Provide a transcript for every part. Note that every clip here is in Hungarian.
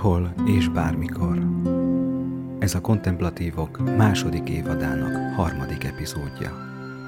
bárhol és bármikor. Ez a Kontemplatívok második évadának harmadik epizódja.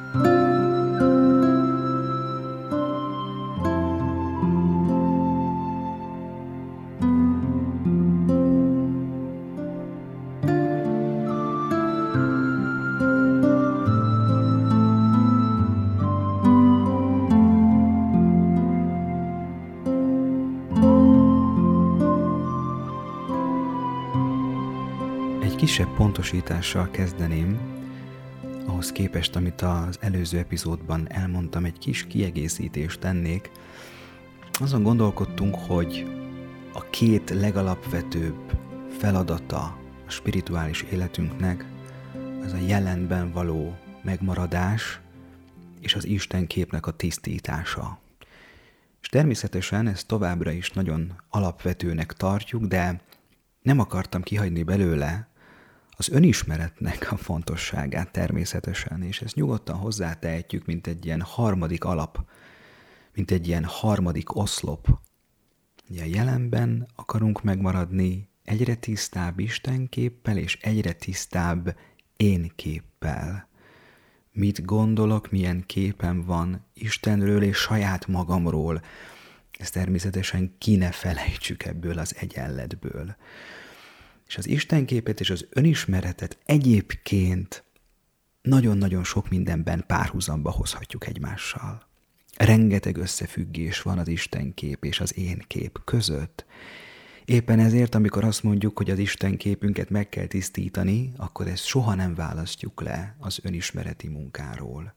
Kisebb pontosítással kezdeném, ahhoz képest, amit az előző epizódban elmondtam, egy kis kiegészítést tennék. Azon gondolkodtunk, hogy a két legalapvetőbb feladata a spirituális életünknek az a jelenben való megmaradás és az Istenképnek a tisztítása. És természetesen ezt továbbra is nagyon alapvetőnek tartjuk, de nem akartam kihagyni belőle az önismeretnek a fontosságát természetesen, és ezt nyugodtan hozzátehetjük, mint egy ilyen harmadik alap, mint egy ilyen harmadik oszlop. Ugye a jelenben akarunk megmaradni egyre tisztább Istenképpel és egyre tisztább énképpel. Mit gondolok, milyen képem van Istenről és saját magamról. Ezt természetesen ki ne felejtsük ebből az egyenletből. És az Istenképet és az önismeretet egyébként nagyon-nagyon sok mindenben párhuzamba hozhatjuk egymással. Rengeteg összefüggés van az Istenkép és az én kép között. Éppen ezért, amikor azt mondjuk, hogy az Istenképünket meg kell tisztítani, akkor ezt soha nem választjuk le az önismereti munkáról.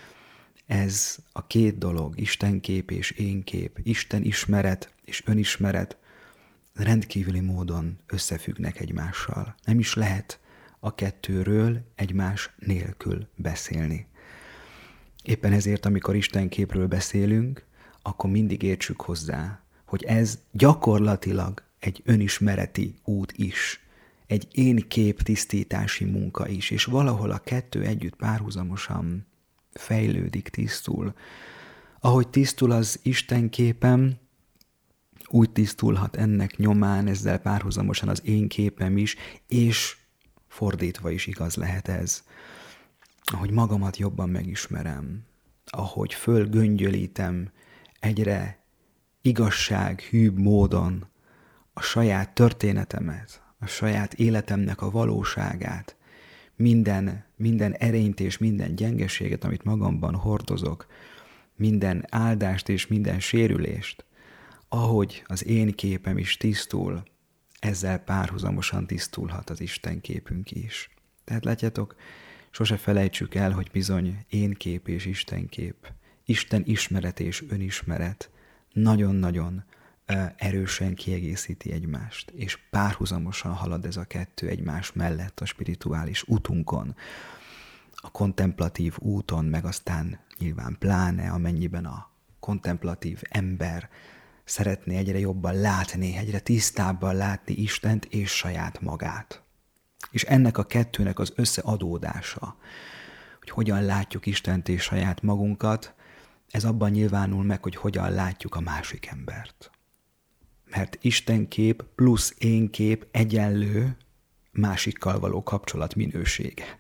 Ez a két dolog, Istenkép és énkép, Isten ismeret és önismeret, rendkívüli módon összefüggnek egymással. Nem is lehet a kettőről egymás nélkül beszélni. Éppen ezért, amikor Istenképről beszélünk, akkor mindig értsük hozzá, hogy ez gyakorlatilag egy önismereti út is, egy énkép tisztítási munka is, és valahol a kettő együtt párhuzamosan fejlődik, tisztul. Ahogy tisztul az Istenképem, úgy tisztulhat ennek nyomán, ezzel párhuzamosan az én képem is, és fordítva is igaz lehet ez. Ahogy magamat jobban megismerem, ahogy fölgöngyölítem egyre igazsághűbb módon a saját történetemet, a saját életemnek a valóságát, minden erényt és minden gyengeséget, amit magamban hordozok, minden áldást és minden sérülést, ahogy az én képem is tisztul, ezzel párhuzamosan tisztulhat az Isten képünk is. Tehát látjátok, sose felejtsük el, hogy bizony én kép és Isten kép, Isten ismeret és önismeret nagyon-nagyon erősen kiegészíti egymást, és párhuzamosan halad ez a kettő egymás mellett a spirituális útunkon, a kontemplatív úton, meg aztán nyilván pláne, amennyiben a kontemplatív ember szeretné egyre jobban látni, egyre tisztábban látni Istent és saját magát. És ennek a kettőnek az összeadódása, hogy hogyan látjuk Istent és saját magunkat, ez abban nyilvánul meg, hogy hogyan látjuk a másik embert. Mert Istenkép plusz énkép egyenlő másikkal való kapcsolat minősége.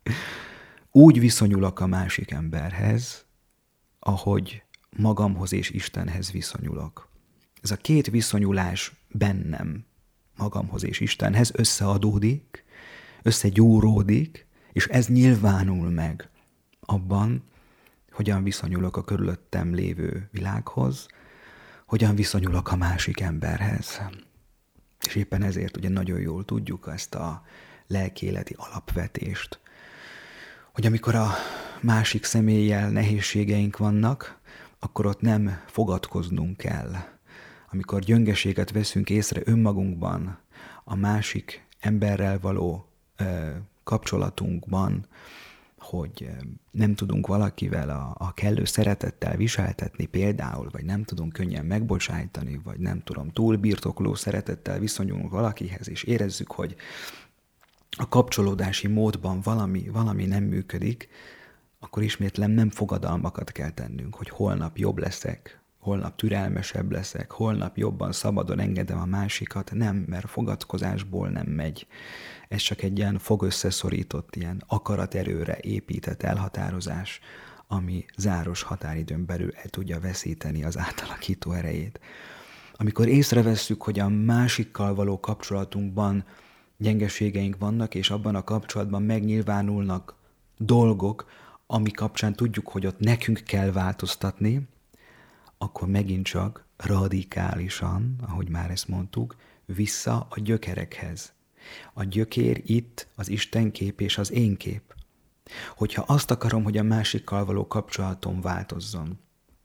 Úgy viszonyulok a másik emberhez, ahogy magamhoz és Istenhez viszonyulok. Ez a két viszonyulás bennem, magamhoz és Istenhez összeadódik, összegyúródik, és ez nyilvánul meg abban, hogyan viszonyulok a körülöttem lévő világhoz, hogyan viszonyulok a másik emberhez. És éppen ezért ugye nagyon jól tudjuk ezt a lelkiéleti alapvetést, hogy amikor a másik személlyel nehézségeink vannak, akkor ott nem fogadkoznunk kell. Amikor gyöngeséget veszünk észre önmagunkban, a másik emberrel való kapcsolatunkban, hogy nem tudunk valakivel a kellő szeretettel viseltetni például, vagy nem tudunk könnyen megbocsájtani, vagy nem tudom, túl birtokló szeretettel viszonyulunk valakihez, és érezzük, hogy a kapcsolódási módban valami nem működik, akkor ismétlem nem fogadalmakat kell tennünk, hogy holnap jobb leszek, holnap türelmesebb leszek, holnap jobban szabadon engedem a másikat. Nem, mert fogadkozásból nem megy. Ez csak egy ilyen fogösszeszorított, ilyen akaraterőre épített elhatározás, ami záros határidőn belül el tudja veszíteni az átalakító erejét. Amikor észrevesszük, hogy a másikkal való kapcsolatunkban gyengeségeink vannak, és abban a kapcsolatban megnyilvánulnak dolgok, ami kapcsán tudjuk, hogy ott nekünk kell változtatni, akkor megint csak radikálisan, ahogy már ezt mondtuk, vissza a gyökerekhez. A gyökér itt az Istenkép és az én kép. Hogyha azt akarom, hogy a másikkal való kapcsolatom változzon,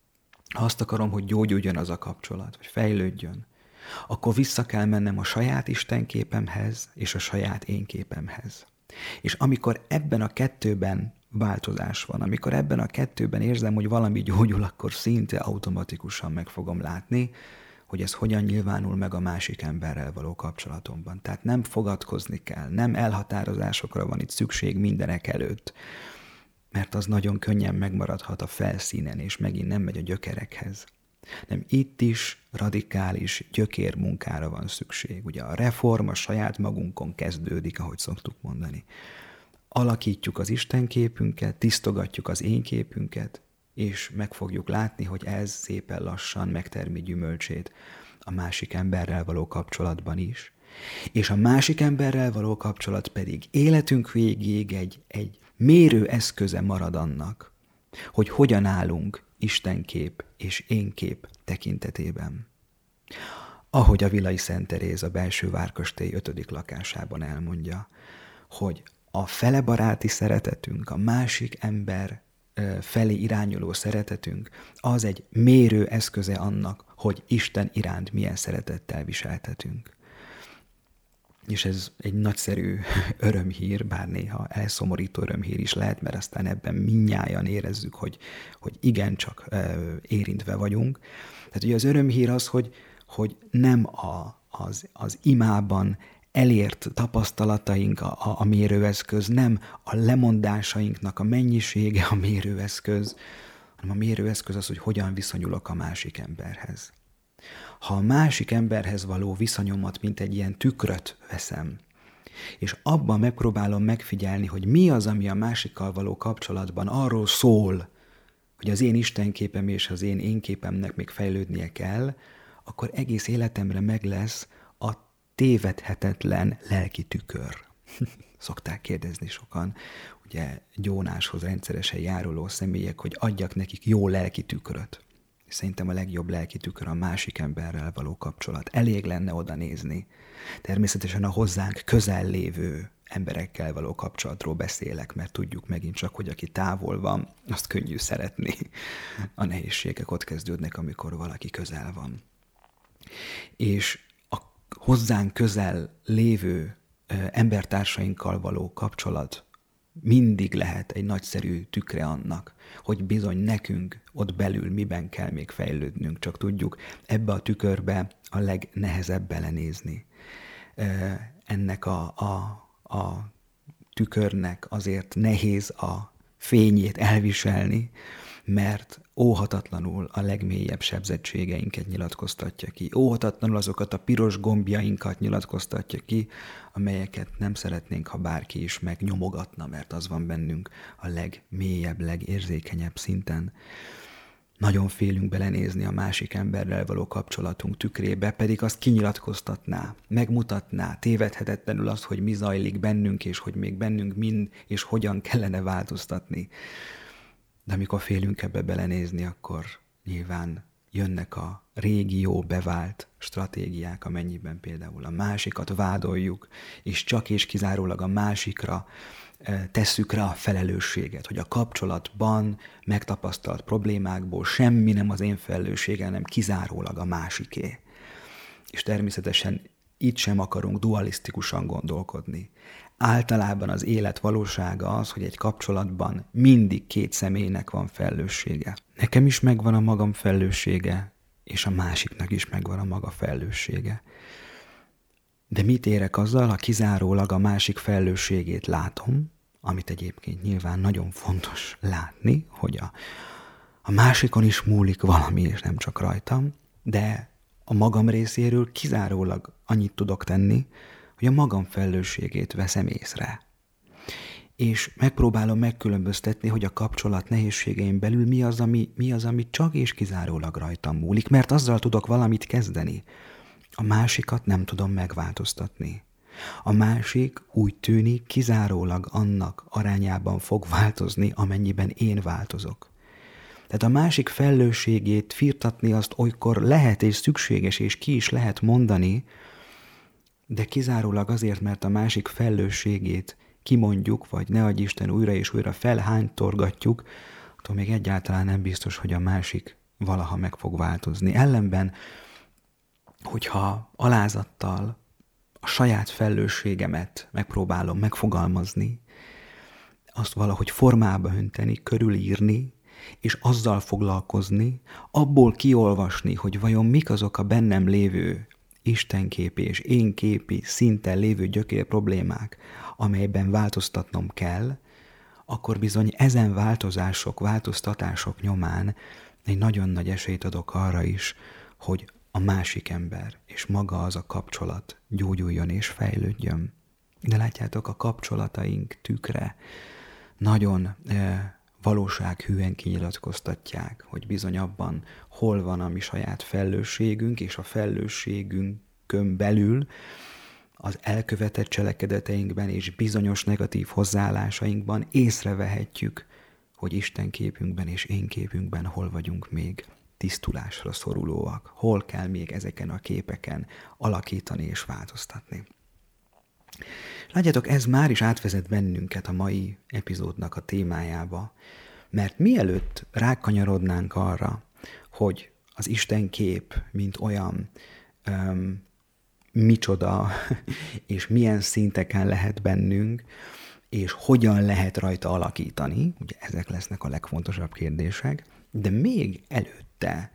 ha azt akarom, hogy gyógyuljon az a kapcsolat, vagy fejlődjön, akkor vissza kell mennem a saját Istenképemhez és a saját én képemhez. És amikor ebben a kettőben változás van, amikor ebben a kettőben érzem, hogy valami gyógyul, akkor szinte automatikusan meg fogom látni, hogy ez hogyan nyilvánul meg a másik emberrel való kapcsolatomban. Tehát nem fogadkozni kell, nem elhatározásokra van itt szükség mindenek előtt, mert az nagyon könnyen megmaradhat a felszínen, és megint nem megy a gyökerekhez. Nem, itt is radikális gyökérmunkára van szükség. Ugye a reform a saját magunkon kezdődik, ahogy szoktuk mondani. Alakítjuk az Istenképünket, tisztogatjuk az én képünket, és meg fogjuk látni, hogy ez szépen lassan megtermi gyümölcsét a másik emberrel való kapcsolatban is. És a másik emberrel való kapcsolat pedig életünk végéig egy mérő eszköze marad annak, hogy hogyan állunk Istenkép és énkép tekintetében. Ahogy a Villai Szent Teréz a Belső Várkastély 5. lakásában elmondja, hogy a felebaráti szeretetünk, a másik ember felé irányuló szeretetünk, az egy mérő eszköze annak, hogy Isten iránt milyen szeretettel viseltetünk. És ez egy nagyszerű örömhír, bár néha elszomorító örömhír is lehet, mert aztán ebben mindnyájan érezzük, hogy igencsak érintve vagyunk. Tehát ugye az örömhír az, hogy nem az imában elért tapasztalataink a mérőeszköz, nem a lemondásainknak a mennyisége a mérőeszköz, hanem a mérőeszköz az, hogy hogyan viszonyulok a másik emberhez. Ha a másik emberhez való viszonyomat, mint egy ilyen tükröt veszem, és abban megpróbálom megfigyelni, hogy mi az, ami a másikkal való kapcsolatban arról szól, hogy az én Istenképem és az én képemnek még fejlődnie kell, akkor egész életemre meg lesz a tévedhetetlen lelki tükör. Szokták kérdezni sokan, ugye gyónáshoz rendszeresen járuló személyek, hogy adjak nekik jó lelki tükröt. Szerintem a legjobb lelki tükör a másik emberrel való kapcsolat. Elég lenne oda nézni. Természetesen a hozzánk közel lévő emberekkel való kapcsolatról beszélek, mert tudjuk megint csak, hogy aki távol van, azt könnyű szeretni. A nehézségek ott kezdődnek, amikor valaki közel van. És a hozzánk közel lévő embertársainkkal való kapcsolat mindig lehet egy nagyszerű tükre annak, hogy bizony nekünk ott belül miben kell még fejlődnünk, csak tudjuk ebbe a tükörbe a legnehezebb belenézni. Ennek a tükörnek azért nehéz a fényét elviselni, mert óhatatlanul a legmélyebb sebzettségeinket nyilatkoztatja ki. Óhatatlanul azokat a piros gombjainkat nyilatkoztatja ki, amelyeket nem szeretnénk, ha bárki is megnyomogatna, mert az van bennünk a legmélyebb, legérzékenyebb szinten. Nagyon félünk belenézni a másik emberrel való kapcsolatunk tükrébe, pedig azt kinyilatkoztatná, megmutatná tévedhetetlenül azt, hogy mi zajlik bennünk, és hogy még bennünk mind és hogyan kellene változtatni. De amikor félünk ebbe belenézni, akkor nyilván jönnek a régi jó bevált stratégiák, amennyiben például a másikat vádoljuk, és csak és kizárólag a másikra tesszük rá a felelősséget, hogy a kapcsolatban megtapasztalt problémákból semmi nem az én felelősségem, hanem kizárólag a másiké. És természetesen itt sem akarunk dualisztikusan gondolkodni. Általában az élet valósága az, hogy egy kapcsolatban mindig két személynek van felelőssége. Nekem is megvan a magam felelőssége, és a másiknak is megvan a maga felelőssége. De mit érek azzal, ha kizárólag a másik felelősségét látom, amit egyébként nyilván nagyon fontos látni, hogy a másikon is múlik valami, és nem csak rajtam, de a magam részéről kizárólag annyit tudok tenni, hogy a magam felelősségét veszem észre. És megpróbálom megkülönböztetni, hogy a kapcsolat nehézségeim belül mi az, ami csak és kizárólag rajtam múlik, mert azzal tudok valamit kezdeni. A másikat nem tudom megváltoztatni. A másik úgy tűnik kizárólag annak arányában fog változni, amennyiben én változok. Tehát a másik felelősségét firtatni azt olykor lehet és szükséges, és ki is lehet mondani, de kizárólag azért, mert a másik felelősségét kimondjuk, vagy ne adj Isten újra és újra felhánytorgatjuk, attól még egyáltalán nem biztos, hogy a másik valaha meg fog változni. Ellenben, hogyha alázattal a saját felelősségemet megpróbálom megfogalmazni, azt valahogy formába önteni, körülírni, és azzal foglalkozni, abból kiolvasni, hogy vajon mik azok a bennem lévő istenképi és énképi szinten lévő gyökér problémák, amelyben változtatnom kell, akkor bizony ezen változtatások nyomán egy nagyon nagy esélyt adok arra is, hogy a másik ember és maga az a kapcsolat gyógyuljon és fejlődjön. De látjátok, a kapcsolataink tükre nagyon valósághűen kinyilatkoztatják, hogy bizony abban hol van a mi saját felelősségünk, és a felelősségünkön belül az elkövetett cselekedeteinkben és bizonyos negatív hozzáállásainkban észrevehetjük, hogy Isten képünkben és én képünkben hol vagyunk még tisztulásra szorulóak, hol kell még ezeken a képeken alakítani és változtatni. Látjátok, ez már is átvezet bennünket a mai epizódnak a témájába, mert mielőtt rákanyarodnánk arra, hogy az Isten kép, mint olyan, micsoda, és milyen szinteken lehet bennünk, és hogyan lehet rajta alakítani, ugye ezek lesznek a legfontosabb kérdések, de még előtte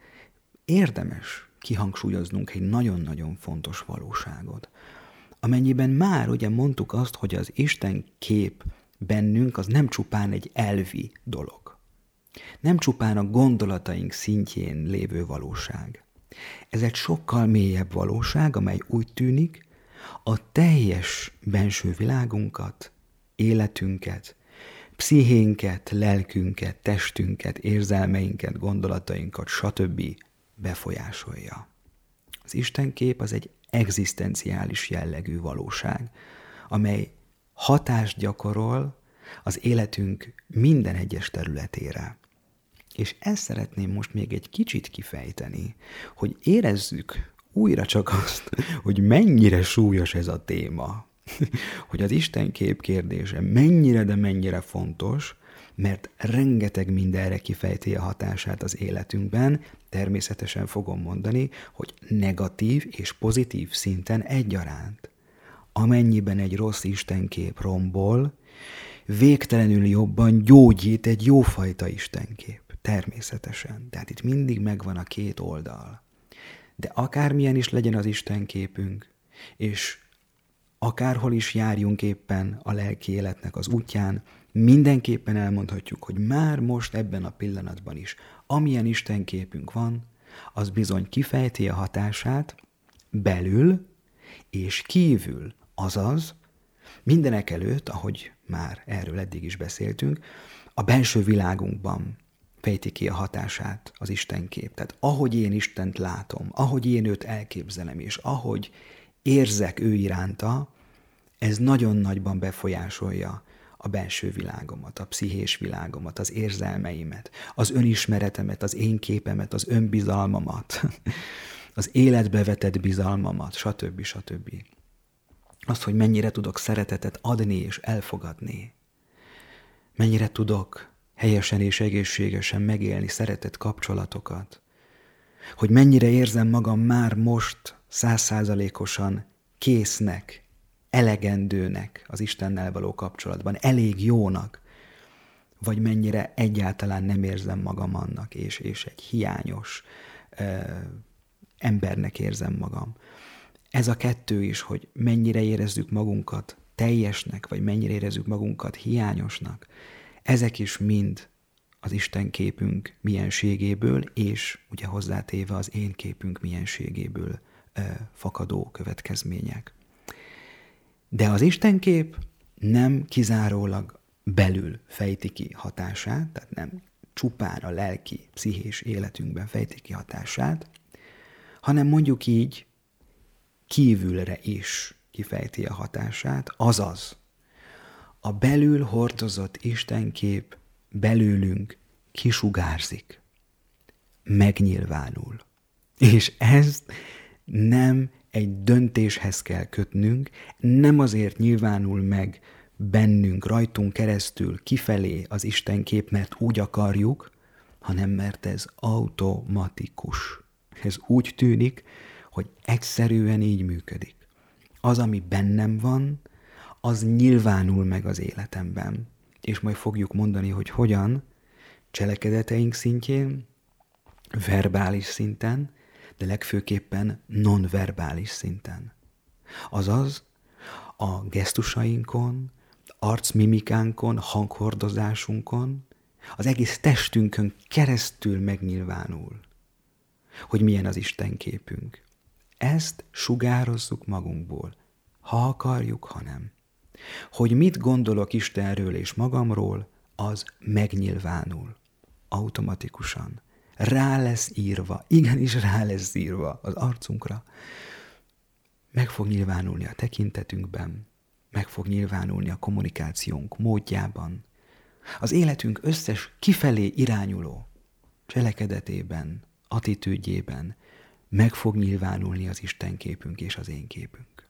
érdemes kihangsúlyoznunk egy nagyon-nagyon fontos valóságot, amennyiben már ugye mondtuk azt, hogy az Isten kép bennünk az nem csupán egy elvi dolog. Nem csupán a gondolataink szintjén lévő valóság. Ez egy sokkal mélyebb valóság, amely úgy tűnik, a teljes benső világunkat, életünket, pszichénket, lelkünket, testünket, érzelmeinket, gondolatainkat, stb. Befolyásolja. Az Istenkép az egy egzisztenciális jellegű valóság, amely hatást gyakorol az életünk minden egyes területére. És ezt szeretném most még egy kicsit kifejteni, hogy érezzük újra csak azt, hogy mennyire súlyos ez a téma, hogy az Istenkép kérdése mennyire, de mennyire fontos, mert rengeteg mindenre kifejti a hatását az életünkben, természetesen fogom mondani, hogy negatív és pozitív szinten egyaránt. Amennyiben egy rossz Istenkép rombol, végtelenül jobban gyógyít egy jófajta Istenkép. Természetesen. Tehát itt mindig megvan a két oldal. De akármilyen is legyen az Istenképünk, és akárhol is járjunk éppen a lelki életnek az útján, mindenképpen elmondhatjuk, hogy már most ebben a pillanatban is, amilyen Istenképünk van, az bizony kifejti a hatását belül és kívül, azaz mindenek előtt, ahogy már erről eddig is beszéltünk, a belső világunkban fejti ki a hatását az Istenkép. Tehát ahogy én Istent látom, ahogy én őt elképzelem, és ahogy érzek ő iránta, ez nagyon nagyban befolyásolja a belső világomat, a pszichés világomat, az érzelmeimet, az önismeretemet, az én képemet, az önbizalmamat, az életbe vetett bizalmamat, stb. Stb. Azt, hogy mennyire tudok szeretetet adni és elfogadni, mennyire tudok helyesen és egészségesen megélni szeretett kapcsolatokat, hogy mennyire érzem magam már most 100%-osan késznek, elegendőnek az Istennel való kapcsolatban, elég jónak, vagy mennyire egyáltalán nem érzem magam annak, és egy hiányos embernek érzem magam. Ez a kettő is, hogy mennyire érezzük magunkat teljesnek, vagy mennyire érezzük magunkat hiányosnak, ezek is mind az Isten képünk mienségéből, és ugye hozzátéve az én képünk mienségéből fakadó következmények. De az Istenkép nem kizárólag belül fejti ki hatását, tehát nem csupán a lelki, pszichés életünkben fejti ki hatását, hanem mondjuk így kívülre is kifejti a hatását, azaz a belül hordozott Istenkép belőlünk kisugárzik, megnyilvánul. És ezt nem egy döntéshez kell kötnünk, nem azért nyilvánul meg bennünk, rajtunk keresztül kifelé az Istenkép, mert úgy akarjuk, hanem mert ez automatikus. Ez úgy tűnik, hogy egyszerűen így működik. Az, ami bennem van, az nyilvánul meg az életemben. És majd fogjuk mondani, hogy hogyan, cselekedeteink szintjén, verbális szinten, de legfőképpen nonverbális szinten. Azaz a gesztusainkon, arcmimikánkon, hanghordozásunkon, az egész testünkön keresztül megnyilvánul, hogy milyen az Istenképünk. Ezt sugározzuk magunkból, ha akarjuk, ha nem. Hogy mit gondolok Istenről és magamról, az megnyilvánul automatikusan. Rá lesz írva, igenis rá lesz írva az arcunkra. Meg fog nyilvánulni a tekintetünkben, meg fog nyilvánulni a kommunikációnk módjában, az életünk összes kifelé irányuló cselekedetében, attitűdjében meg fog nyilvánulni az Istenképünk és az én képünk.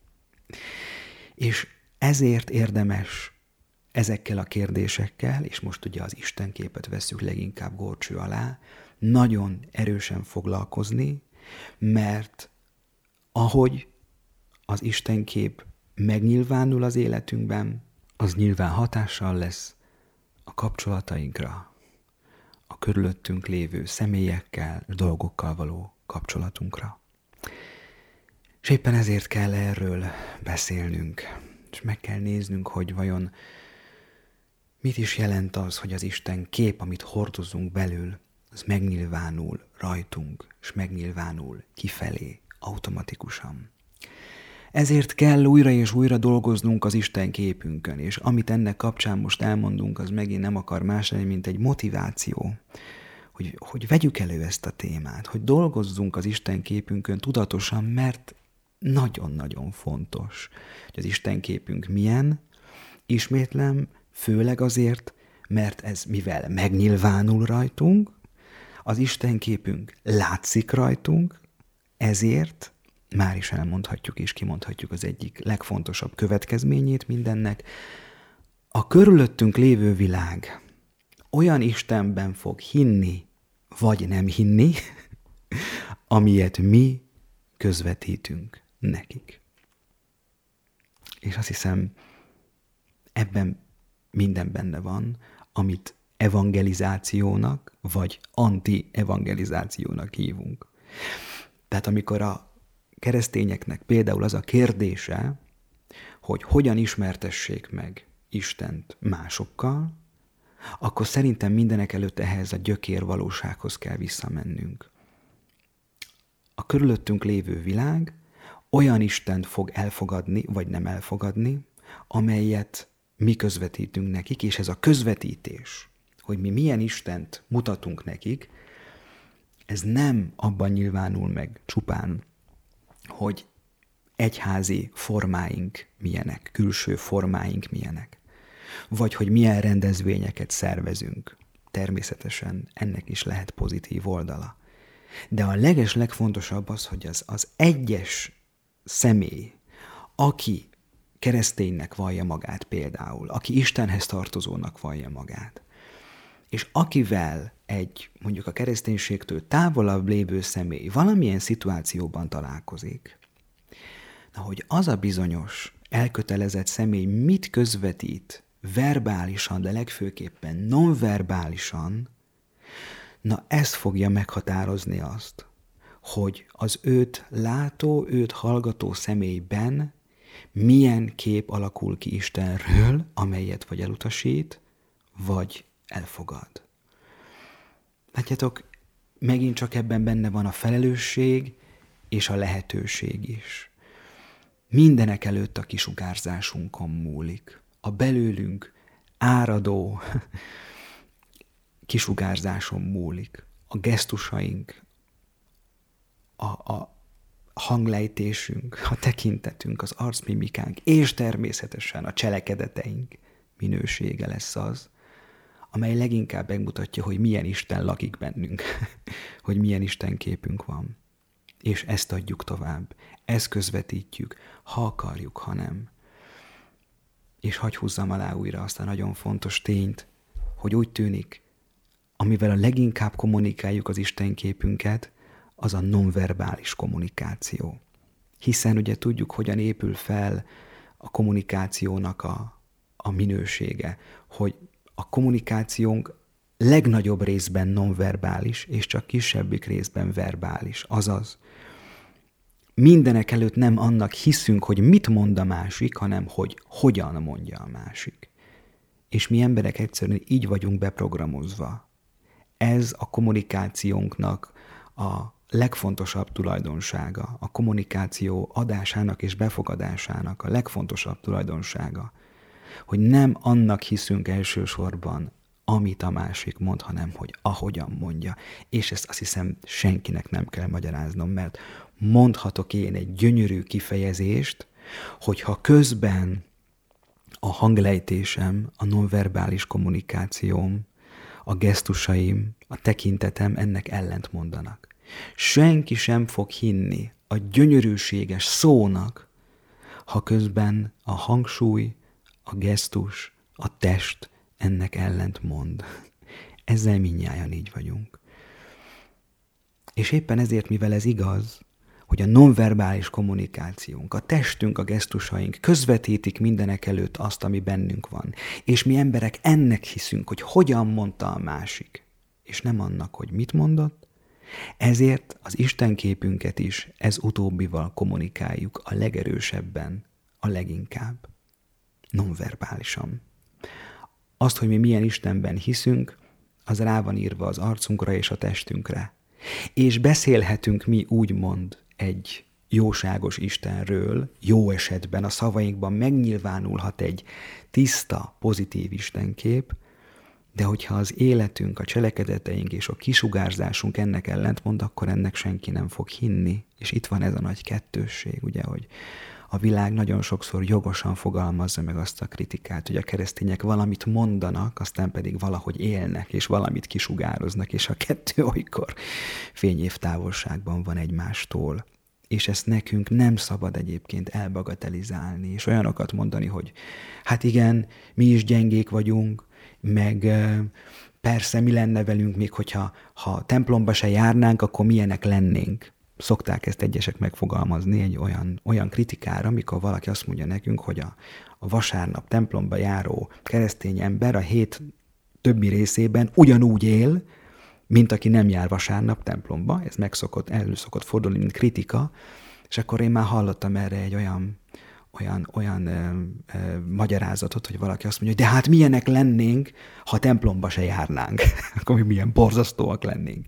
És ezért érdemes ezekkel a kérdésekkel, és most ugye az Istenképet vesszük leginkább górcső alá, nagyon erősen foglalkozni, mert ahogy az Istenkép megnyilvánul az életünkben, az nyilván hatással lesz a kapcsolatainkra, a körülöttünk lévő személyekkel, dolgokkal való kapcsolatunkra. És éppen ezért kell erről beszélnünk, és meg kell néznünk, hogy vajon mit is jelent az, hogy az Isten kép, amit hordozunk belül, az megnyilvánul rajtunk, és megnyilvánul kifelé automatikusan. Ezért kell újra és újra dolgoznunk az Isten képünkön, és amit ennek kapcsán most elmondunk, az megint nem akar más lenni, mint egy motiváció, hogy vegyük elő ezt a témát, hogy dolgozzunk az Isten képünkön tudatosan, mert nagyon-nagyon fontos, hogy az Isten képünk milyen, ismétlem, főleg azért, mert ez mivel megnyilvánul rajtunk, az Isten képünk látszik rajtunk, ezért már is elmondhatjuk és kimondhatjuk az egyik legfontosabb következményét mindennek. A körülöttünk lévő világ olyan Istenben fog hinni, vagy nem hinni, amilyet mi közvetítünk nekik. És azt hiszem, ebben minden benne van, amit evangelizációnak, vagy anti-evangelizációnak hívunk. Tehát amikor a keresztényeknek például az a kérdése, hogy hogyan ismertessék meg Istent másokkal, akkor szerintem mindenek előtt ehhez a gyökér valósághoz kell visszamennünk. A körülöttünk lévő világ olyan Istent fog elfogadni, vagy nem elfogadni, amelyet mi közvetítünk nekik, és ez a közvetítés, hogy mi milyen Istent mutatunk nekik, ez nem abban nyilvánul meg csupán, hogy egyházi formáink milyenek, külső formáink milyenek, vagy hogy milyen rendezvényeket szervezünk. Természetesen ennek is lehet pozitív oldala. De a legfontosabb az, hogy az egyes személy, aki kereszténynek vallja magát például, aki Istenhez tartozónak vallja magát, és akivel egy mondjuk a kereszténységtől távolabb lévő személy valamilyen szituációban találkozik, na, hogy az a bizonyos elkötelezett személy mit közvetít verbálisan, de legfőképpen nonverbálisan, na ez fogja meghatározni azt, hogy az őt látó, őt hallgató személyben milyen kép alakul ki Istenről, amelyet vagy elutasít, vagy elfogad. Látjátok, megint csak ebben benne van a felelősség és a lehetőség is. Mindenek előtt a kisugárzásunkon múlik. A belőlünk áradó kisugárzáson múlik. A gesztusaink, a hanglejtésünk, a tekintetünk, az arcmimikánk, és természetesen a cselekedeteink minősége lesz az, amely leginkább megmutatja, hogy milyen Isten lakik bennünk, hogy milyen Isten képünk van. És ezt adjuk tovább, ezt közvetítjük, ha akarjuk, ha nem. És hadd húzzam alá újra azt a nagyon fontos tényt, hogy úgy tűnik, amivel a leginkább kommunikáljuk az Isten képünket, az a nonverbális kommunikáció. Hiszen ugye tudjuk, hogyan épül fel a kommunikációnak a minősége, hogy a kommunikációnk legnagyobb részben nonverbális, és csak kisebbik részben verbális. Azaz, mindenek előtt nem annak hiszünk, hogy mit mond a másik, hanem hogy hogyan mondja a másik. És mi emberek egyszerűen így vagyunk beprogramozva. Ez a kommunikációnknak a legfontosabb tulajdonsága, a kommunikáció adásának és befogadásának a legfontosabb tulajdonsága, hogy nem annak hiszünk elsősorban, amit a másik mond, hanem hogy ahogyan mondja. És ezt azt hiszem senkinek nem kell magyaráznom, mert mondhatok én egy gyönyörű kifejezést, hogyha közben a hanglejtésem, a nonverbális kommunikációm, a gesztusaim, a tekintetem ennek ellent mondanak. Senki sem fog hinni a gyönyörűséges szónak, ha közben a hangsúly, a gesztus, a test ennek ellent mond. Ezzel mindnyájan így vagyunk. És éppen ezért, mivel ez igaz, hogy a nonverbális kommunikációnk, a testünk, a gesztusaink közvetítik mindenek előtt azt, ami bennünk van. És mi emberek ennek hiszünk, hogy hogyan mondta a másik, és nem annak, hogy mit mondott, ezért az Isten képünket is ez utóbbival kommunikáljuk a legerősebben, a leginkább. Nonverbálisan. Azt, hogy mi milyen Istenben hiszünk, az rá van írva az arcunkra és a testünkre. És beszélhetünk mi úgymond egy jóságos Istenről, jó esetben a szavainkban megnyilvánulhat egy tiszta, pozitív Istenkép, de hogyha az életünk, a cselekedeteink és a kisugárzásunk ennek ellentmond, akkor ennek senki nem fog hinni. És itt van ez a nagy kettősség, ugye, hogy a világ nagyon sokszor jogosan fogalmazza meg azt a kritikát, hogy a keresztények valamit mondanak, aztán pedig valahogy élnek, és valamit kisugároznak, és a kettő olykor fényévtávolságban van egymástól. És ezt nekünk nem szabad egyébként elbagatelizálni, és olyanokat mondani, hogy hát igen, mi is gyengék vagyunk, meg persze mi lenne velünk még, hogyha templomba se járnánk, akkor milyenek lennénk. Szokták ezt egyesek megfogalmazni egy olyan kritikára, amikor valaki azt mondja nekünk, hogy a vasárnap templomba járó keresztény ember a hét többi részében ugyanúgy él, mint aki nem jár vasárnap templomba. Ez elő szokott fordulni, mint kritika, és akkor én már hallottam erre egy olyan magyarázatot, hogy valaki azt mondja, hogy de hát milyenek lennénk, ha templomba se járnánk. Akkor mi milyen borzasztóak lennénk.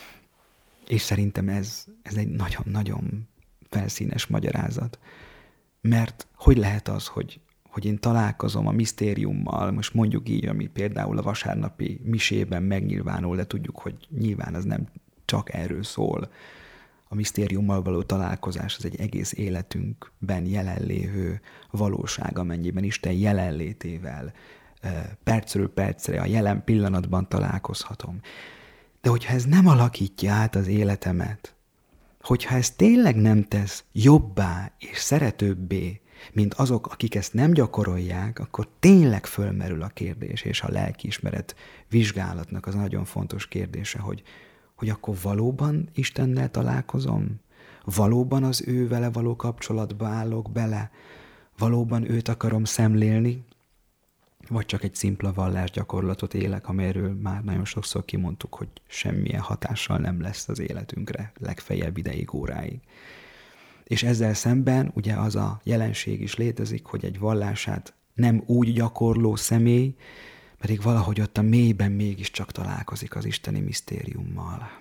És szerintem ez egy nagyon-nagyon felszínes magyarázat. Mert hogy lehet az, hogy én találkozom a misztériummal, most mondjuk így, ami például a vasárnapi misében megnyilvánul, de tudjuk, hogy nyilván az nem csak erről szól. A misztériummal való találkozás az egy egész életünkben jelenlévő valóság, amennyiben Isten jelenlétével percről percre, a jelen pillanatban találkozhatom. De hogyha ez nem alakítja át az életemet, hogyha ez tényleg nem tesz jobbá és szeretőbbé, mint azok, akik ezt nem gyakorolják, akkor tényleg fölmerül a kérdés, és a lelkiismeret vizsgálatnak az nagyon fontos kérdése, hogy akkor valóban Istennel találkozom? Valóban az ő vele való kapcsolatba állok bele? Valóban őt akarom szemlélni? Vagy csak egy szimpla vallásgyakorlatot élek, amelyről már nagyon sokszor kimondtuk, hogy semmilyen hatással nem lesz az életünkre, legfeljebb ideig, óráig. És ezzel szemben ugye az a jelenség is létezik, hogy egy vallását nem úgy gyakorló személy pedig valahogy ott a mélyben mégiscsak találkozik az isteni misztériummal.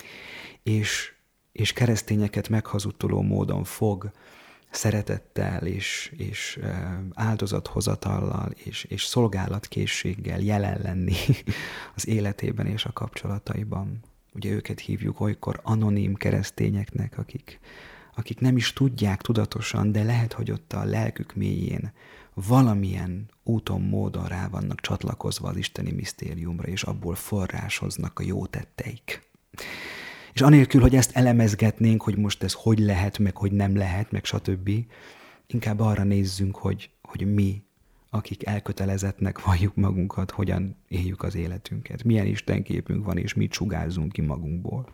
És keresztényeket meghazudtoló módon fog szeretettel és áldozathozatallal és szolgálatkészséggel jelen lenni az életében és a kapcsolataiban. Ugye őket hívjuk olykor anonim keresztényeknek, akik nem is tudják tudatosan, de lehet, hogy ott a lelkük mélyén valamilyen úton, módon rá vannak csatlakozva az isteni misztériumra, és abból forrásoznak a jó tetteik. És anélkül, hogy ezt elemezgetnénk, hogy most ez hogy lehet, meg hogy nem lehet, meg stb., inkább arra nézzünk, hogy mi, akik elkötelezettnek valljuk magunkat, hogyan éljük az életünket, milyen istenképünk van, és mit sugárzunk ki magunkból.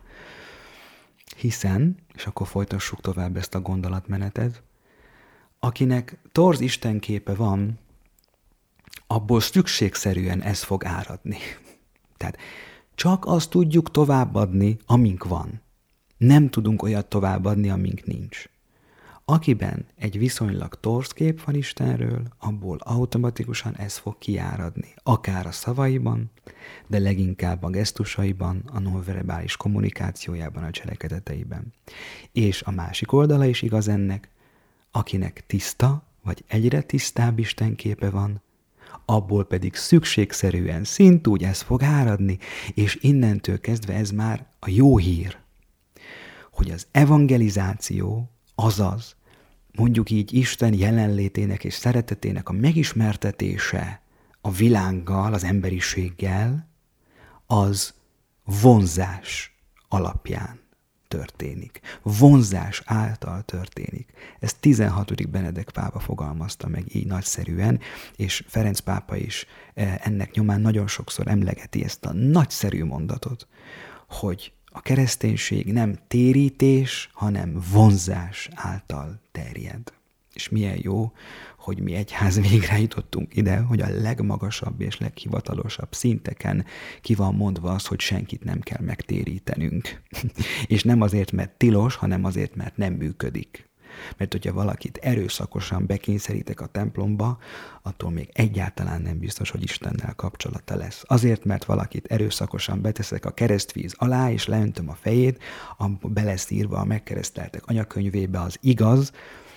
Hiszen, és akkor folytassuk tovább ezt a gondolatmenetet, akinek torz istenképe van, abból szükségszerűen ez fog áradni. Tehát csak azt tudjuk továbbadni, amink van. Nem tudunk olyat továbbadni, amink nincs. Akiben egy viszonylag torz kép van Istenről, abból automatikusan ez fog kiáradni. Akár a szavaiban, de leginkább a gesztusaiban, a nonverbális kommunikációjában, a cselekedeteiben. És a másik oldala is igaz ennek, akinek tiszta, vagy egyre tisztább istenképe van, abból pedig szükségszerűen szintúgy ez fog áradni, és innentől kezdve ez már a jó hír, hogy az evangelizáció, azaz mondjuk így Isten jelenlétének és szeretetének a megismertetése a világgal, az emberiséggel, az vonzás alapján történik. Vonzás által történik. Ezt 16. Benedek pápa fogalmazta meg így nagyszerűen, és Ferenc pápa is ennek nyomán nagyon sokszor emlegeti ezt a nagyszerű mondatot, hogy a kereszténység nem térítés, hanem vonzás által terjed. És milyen jó, hogy mi egyház végre jutottunk ide, hogy a legmagasabb és leghivatalosabb szinteken ki van mondva az, hogy senkit nem kell megtérítenünk. És nem azért, mert tilos, hanem azért, mert nem működik. Mert hogyha valakit erőszakosan bekényszerítek a templomba, attól még egyáltalán nem biztos, hogy Istennel kapcsolata lesz. Azért, mert valakit erőszakosan beteszek a keresztvíz alá, és leöntöm a fejét, abba be lesz írva a megkereszteltek anyakönyvébe, az igaz,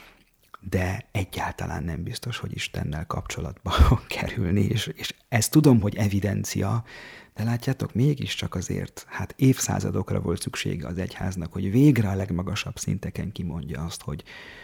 de egyáltalán nem biztos, hogy Istennel kapcsolatba fog kerülni, és ezt tudom, hogy evidencia, de látjátok, mégiscsak azért, hát évszázadokra volt szüksége az egyháznak, hogy végre a legmagasabb szinteken kimondja azt, hogy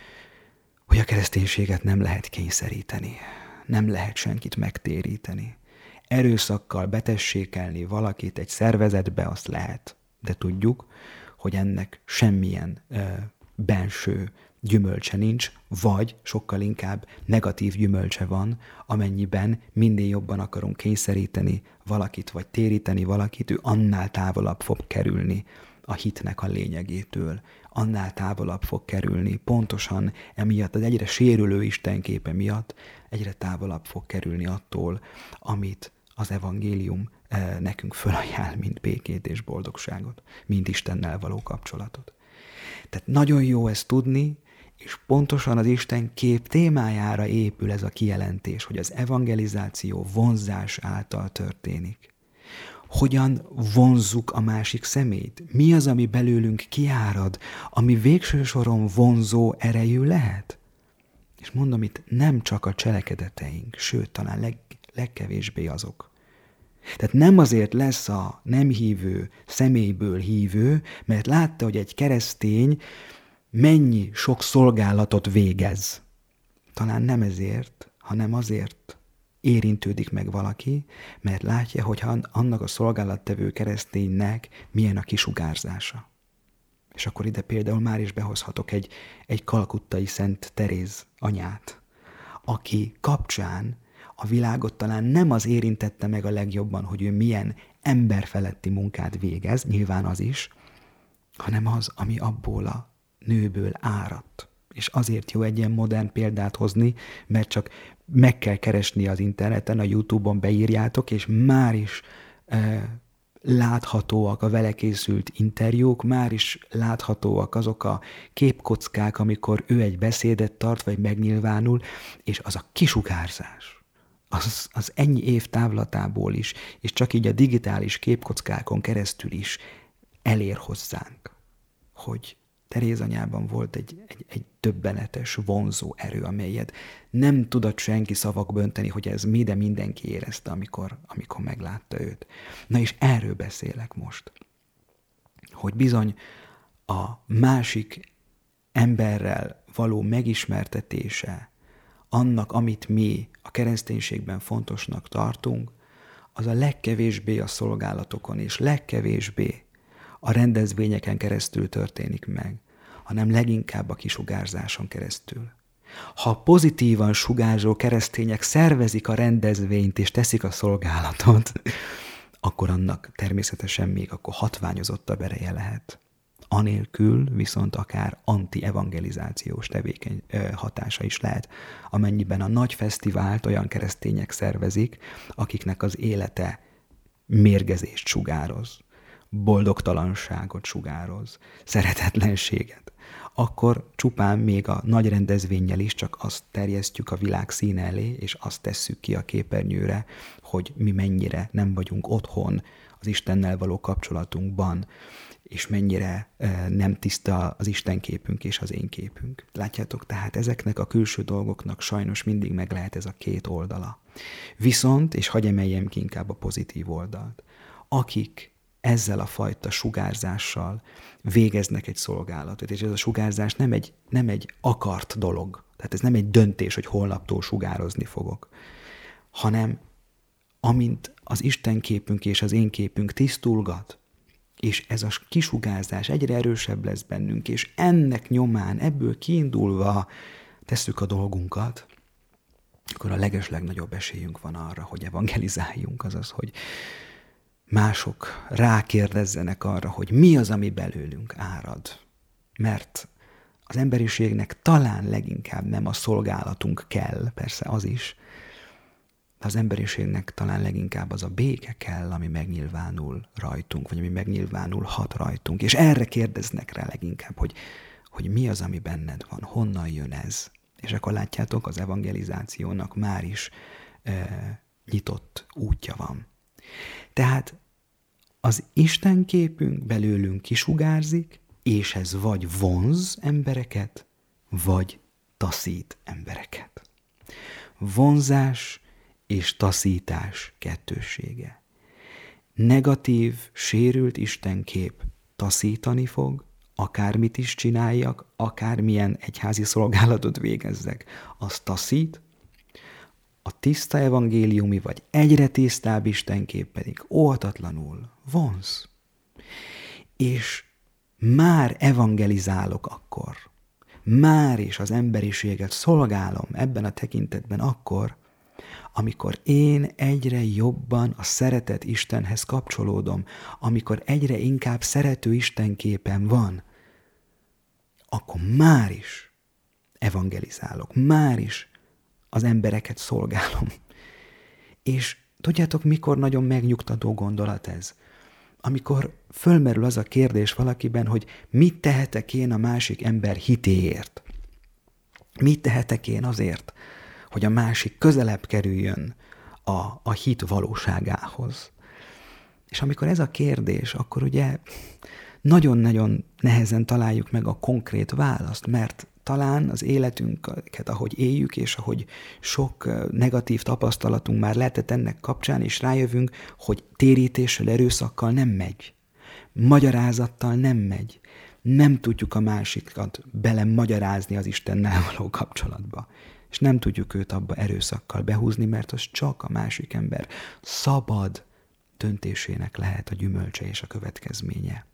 a kereszténységet nem lehet kényszeríteni, nem lehet senkit megtéríteni. Erőszakkal betessékelni valakit egy szervezetbe, azt lehet, de tudjuk, hogy ennek semmilyen benső gyümölcse nincs, vagy sokkal inkább negatív gyümölcse van, amennyiben minél jobban akarunk kényszeríteni valakit, vagy téríteni valakit, ő annál távolabb fog kerülni a hitnek a lényegétől, annál távolabb fog kerülni, pontosan emiatt az egyre sérülő istenképe miatt egyre távolabb fog kerülni attól, amit az evangélium nekünk fölajánl, mint békét és boldogságot, mint Istennel való kapcsolatot. Tehát nagyon jó ezt tudni, és pontosan az Isten kép témájára épül ez a kijelentés, hogy az evangelizáció vonzás által történik. Hogyan vonzzuk a másik személyt? Mi az, ami belőlünk kiárad, ami végső soron vonzó erejű lehet? És mondom, itt nem csak a cselekedeteink, sőt, talán legkevésbé azok. Tehát nem azért lesz a nem hívő személyből hívő, mert látta, hogy egy keresztény mennyi sok szolgálatot végez. Talán nem ezért, hanem azért érintődik meg valaki, mert látja, hogy annak a szolgálattevő kereszténynek milyen a kisugárzása. És akkor ide például már is behozhatok egy kalkuttai Szent Teréz anyát, aki kapcsán a világot talán nem az érintette meg a legjobban, hogy ő milyen emberfeletti munkát végez, nyilván az is, hanem az, ami abból a nőből áradt. És azért jó egy ilyen modern példát hozni, mert csak meg kell keresni az interneten, a YouTube-on beírjátok, és már is láthatóak a vele készült interjúk, már is láthatóak azok a képkockák, amikor ő egy beszédet tart, vagy megnyilvánul, és az a kisugárzás, az ennyi év távlatából is, és csak így a digitális képkockákon keresztül is elér hozzánk, hogy Teréz anyában volt egy döbbenetes, vonzó erő, amelyet nem tudott senki szavakba önteni, hogy ez mi, de mindenki érezte, amikor meglátta őt. Na és erről beszélek most, hogy bizony a másik emberrel való megismertetése annak, amit mi a kereszténységben fontosnak tartunk, az a legkevésbé a szolgálatokon és legkevésbé a rendezvényeken keresztül történik meg, hanem leginkább a kisugárzáson keresztül. Ha pozitívan sugárzó keresztények szervezik a rendezvényt és teszik a szolgálatot, akkor annak természetesen még akkor hatványozottabb ereje lehet. Anélkül viszont akár anti-evangelizációs hatása is lehet, amennyiben a nagy fesztivált olyan keresztények szervezik, akiknek az élete mérgezést sugároz, boldogtalanságot sugároz, szeretetlenséget, akkor csupán még a nagy rendezvénnyel is csak azt terjesztjük a világ színe elé, és azt tesszük ki a képernyőre, hogy mi mennyire nem vagyunk otthon az Istennel való kapcsolatunkban, és mennyire nem tiszta az Isten képünk és az én képünk. Látjátok, tehát ezeknek a külső dolgoknak sajnos mindig meg lehet ez a két oldala. Viszont, és hadd emeljem ki inkább a pozitív oldalt, akik ezzel a fajta sugárzással végeznek egy szolgálatot, és ez a sugárzás nem egy akart dolog, tehát ez nem egy döntés, hogy holnaptól sugározni fogok, hanem amint az Isten képünk és az én képünk tisztulgat, és ez a kisugárzás egyre erősebb lesz bennünk, és ennek nyomán, ebből kiindulva tesszük a dolgunkat, akkor a legeslegnagyobb esélyünk van arra, hogy evangelizáljunk, azaz, hogy mások rákérdezzenek arra, hogy mi az, ami belőlünk árad. Mert az emberiségnek talán leginkább nem a szolgálatunk kell, persze az is, de az emberiségnek talán leginkább az a béke kell, ami megnyilvánul rajtunk, vagy ami megnyilvánulhat rajtunk. És erre kérdeznek rá leginkább, hogy mi az, ami benned van, honnan jön ez. És akkor látjátok, az evangelizációnak már is nyitott útja van. Tehát az Isten képünk belőlünk kisugárzik, és ez vagy vonz embereket, vagy taszít embereket. Vonzás és taszítás kettőssége. Negatív, sérült istenkép taszítani fog, akármit is csináljak, akármilyen egyházi szolgálatot végezzek, az taszít, a tiszta evangéliumi vagy egyre tisztább istenkép pedig óhatatlanul vonz. És már evangelizálok akkor, már is az emberiséget szolgálom ebben a tekintetben akkor, amikor én egyre jobban a szeretett Istenhez kapcsolódom, amikor egyre inkább szerető istenképen van, akkor már is evangelizálok, már is az embereket szolgálom. És tudjátok, mikor nagyon megnyugtató gondolat ez? Amikor fölmerül az a kérdés valakiben, hogy mit tehetek én a másik ember hitéért? Mit tehetek én azért, hogy a másik közelebb kerüljön a hit valóságához? És amikor ez a kérdés, akkor ugye nagyon-nagyon nehezen találjuk meg a konkrét választ, mert talán az életünket, ahogy éljük, és ahogy sok negatív tapasztalatunk már lehetett ennek kapcsán, és rájövünk, hogy térítéssel, erőszakkal nem megy. Magyarázattal nem megy. Nem tudjuk a másikat belemagyarázni az Istennel való kapcsolatba. És nem tudjuk őt abba erőszakkal behúzni, mert az csak a másik ember szabad döntésének lehet a gyümölcse és a következménye.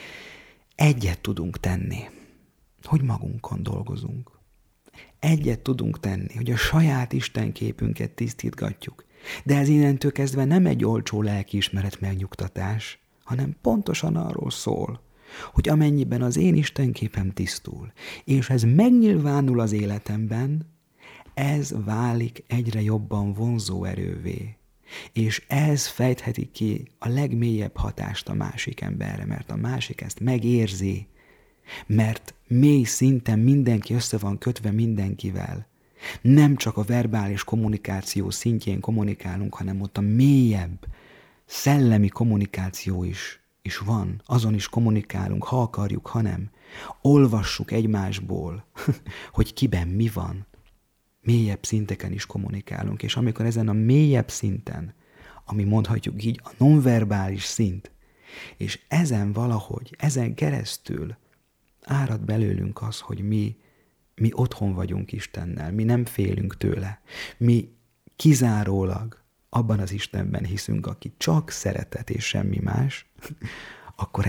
Egyet tudunk tenni, hogy magunkon dolgozunk. Egyet tudunk tenni, hogy a saját istenképünket tisztítgatjuk. De ez innentől kezdve nem egy olcsó lelkiismeret megnyugtatás, hanem pontosan arról szól, hogy amennyiben az én istenképem tisztul, és ez megnyilvánul az életemben, ez válik egyre jobban vonzó erővé. És ez fejtheti ki a legmélyebb hatást a másik emberre, mert a másik ezt megérzi, mert mély szinten mindenki össze van kötve mindenkivel, Nem csak a verbális kommunikáció szintjén kommunikálunk, hanem ott a mélyebb, szellemi kommunikáció is van. Azon is kommunikálunk, ha akarjuk, ha nem. Olvassuk egymásból, hogy kiben mi van. Mélyebb szinteken is kommunikálunk, és amikor ezen a mélyebb szinten, ami mondhatjuk így a nonverbális szint, és ezen keresztül árad belőlünk az, hogy mi otthon vagyunk Istennel, mi nem félünk tőle, mi kizárólag abban az Istenben hiszünk, aki csak szeretet és semmi más, akkor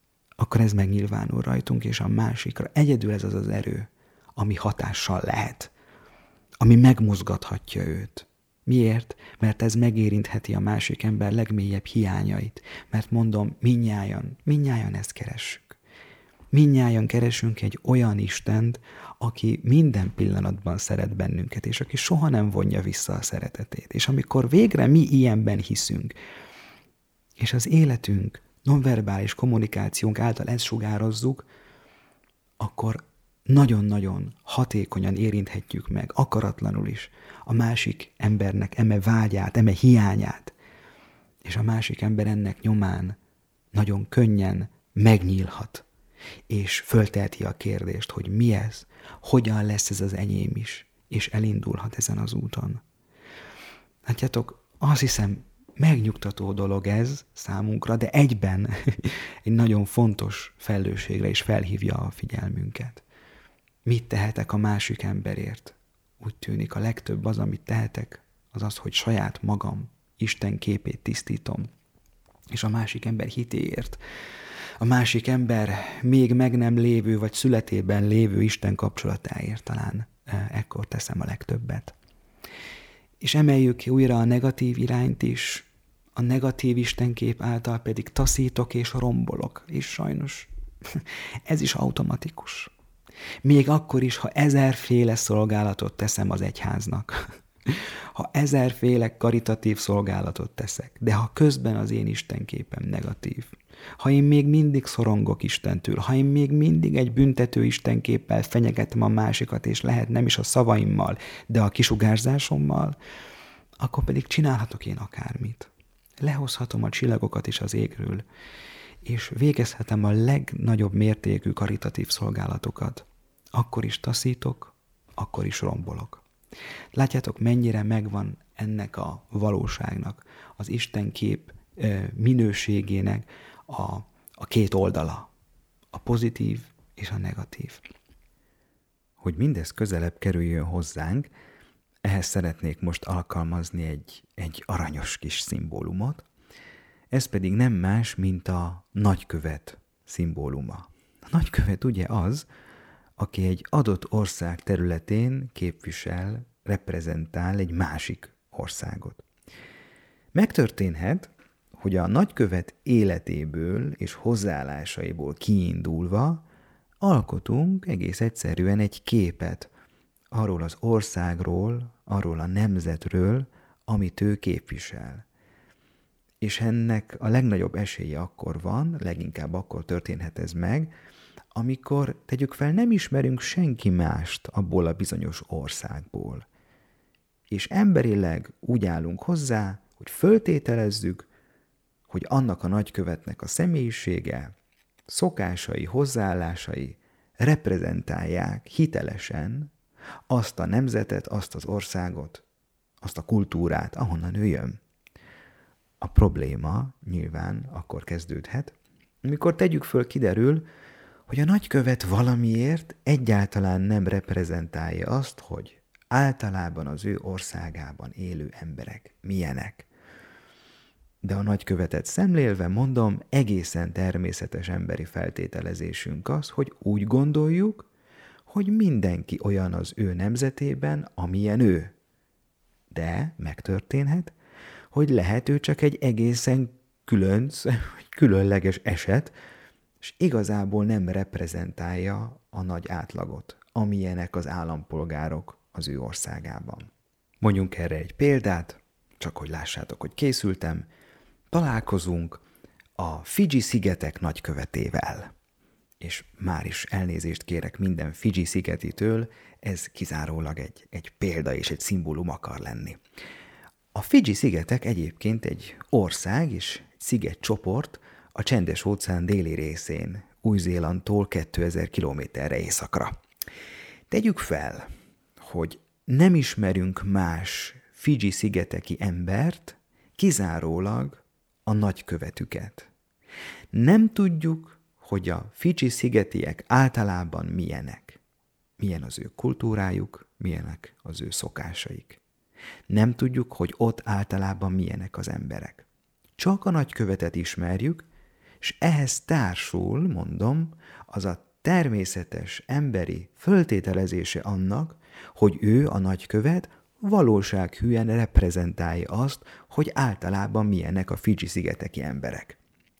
ez megnyilvánul rajtunk, és a másikra. Egyedül ez az erő, ami hatással lehet, ami megmozgathatja őt. Miért? Mert ez megérintheti a másik ember legmélyebb hiányait. Mert mondom, mindnyájan ezt keressük. Mindnyájan keresünk egy olyan Istent, aki minden pillanatban szeret bennünket, és aki soha nem vonja vissza a szeretetét. És amikor végre mi ilyenben hiszünk, és az életünk, nonverbális kommunikációnk által ezt sugározzuk, akkor nagyon-nagyon hatékonyan érinthetjük meg, akaratlanul is, a másik embernek eme vágyát, eme hiányát. És a másik ember ennek nyomán nagyon könnyen megnyílhat, és fölteheti a kérdést, hogy mi ez, hogyan lesz ez az enyém is, és elindulhat ezen az úton. Látjátok, azt hiszem, megnyugtató dolog ez számunkra, de egyben egy nagyon fontos felelősségre is felhívja a figyelmünket. Mit tehetek a másik emberért? Úgy tűnik, a legtöbb az, amit tehetek, az az, hogy saját magam Isten képét tisztítom, és a másik ember hitéért, a másik ember még meg nem lévő, vagy születében lévő Isten kapcsolatáért talán ekkor teszem a legtöbbet. És emeljük ki újra a negatív irányt is, a negatív istenkép által pedig taszítok és rombolok, és sajnos ez is automatikus. Még akkor is, ha 1000-féle szolgálatot teszem az egyháznak, ha 1000-féle karitatív szolgálatot teszek, de ha közben az én istenképem negatív, ha én még mindig szorongok Istentől, ha én még mindig egy büntető istenképpel fenyegetem a másikat, és lehet nem is a szavaimmal, de a kisugárzásommal, akkor pedig csinálhatok én akármit. Lehozhatom a csillagokat is az égről, és végezhetem a legnagyobb mértékű karitatív szolgálatokat. Akkor is taszítok, akkor is rombolok. Látjátok, mennyire megvan ennek a valóságnak, az Istenkép minőségének a két oldala, a pozitív és a negatív. Hogy mindez közelebb kerüljön hozzánk, ehhez szeretnék most alkalmazni egy aranyos kis szimbólumot, ez pedig nem más, mint a nagykövet szimbóluma. A nagykövet ugye az, aki egy adott ország területén képvisel, reprezentál egy másik országot. Megtörténhet, hogy a nagykövet életéből és hozzáállásaiból kiindulva alkotunk egész egyszerűen egy képet arról az országról, arról a nemzetről, amit ő képvisel. És ennek a legnagyobb esélye akkor van, leginkább akkor történhet ez meg, amikor, tegyük fel, nem ismerünk senki mást abból a bizonyos országból. És emberileg úgy állunk hozzá, hogy föltételezzük, hogy annak a nagykövetnek a személyisége, szokásai, hozzáállásai reprezentálják hitelesen azt a nemzetet, azt az országot, azt a kultúrát, ahonnan ő jön. A probléma nyilván akkor kezdődhet, amikor tegyük föl, kiderül, hogy a nagykövet valamiért egyáltalán nem reprezentálja azt, hogy általában az ő országában élő emberek milyenek. De a nagykövetet szemlélve, mondom, egészen természetes emberi feltételezésünk az, hogy úgy gondoljuk, hogy mindenki olyan az ő nemzetében, amilyen ő. De megtörténhet, hogy lehet ő csak egy egészen különleges eset, és igazából nem reprezentálja a nagy átlagot, amilyenek az állampolgárok az ő országában. Mondjunk erre egy példát, csak hogy lássátok, hogy készültem. Találkozunk a Fidzsi-szigetek nagykövetével. és már is elnézést kérek minden Fidzsi-szigetitől, ez kizárólag egy példa és egy szimbólum akar lenni. A Fidzsi-szigetek egyébként egy ország és egy szigetcsoport a Csendes-óceán déli részén, Új-Zélandtól 2000 kilométerre északra. Tegyük fel, hogy nem ismerünk más Fidzsi-szigeteki embert, kizárólag a nagykövetüket. Nem tudjuk, hogy a Fidzsi-szigetiek általában milyenek. Milyen az ő kultúrájuk, milyenek az ő szokásaik. Nem tudjuk, hogy ott általában milyenek az emberek. Csak a nagykövetet ismerjük, és ehhez társul, mondom, az a természetes emberi föltételezése annak, hogy ő, a nagykövet, valósághűen reprezentálja azt, hogy általában milyenek a Fidzsi-szigeteki emberek.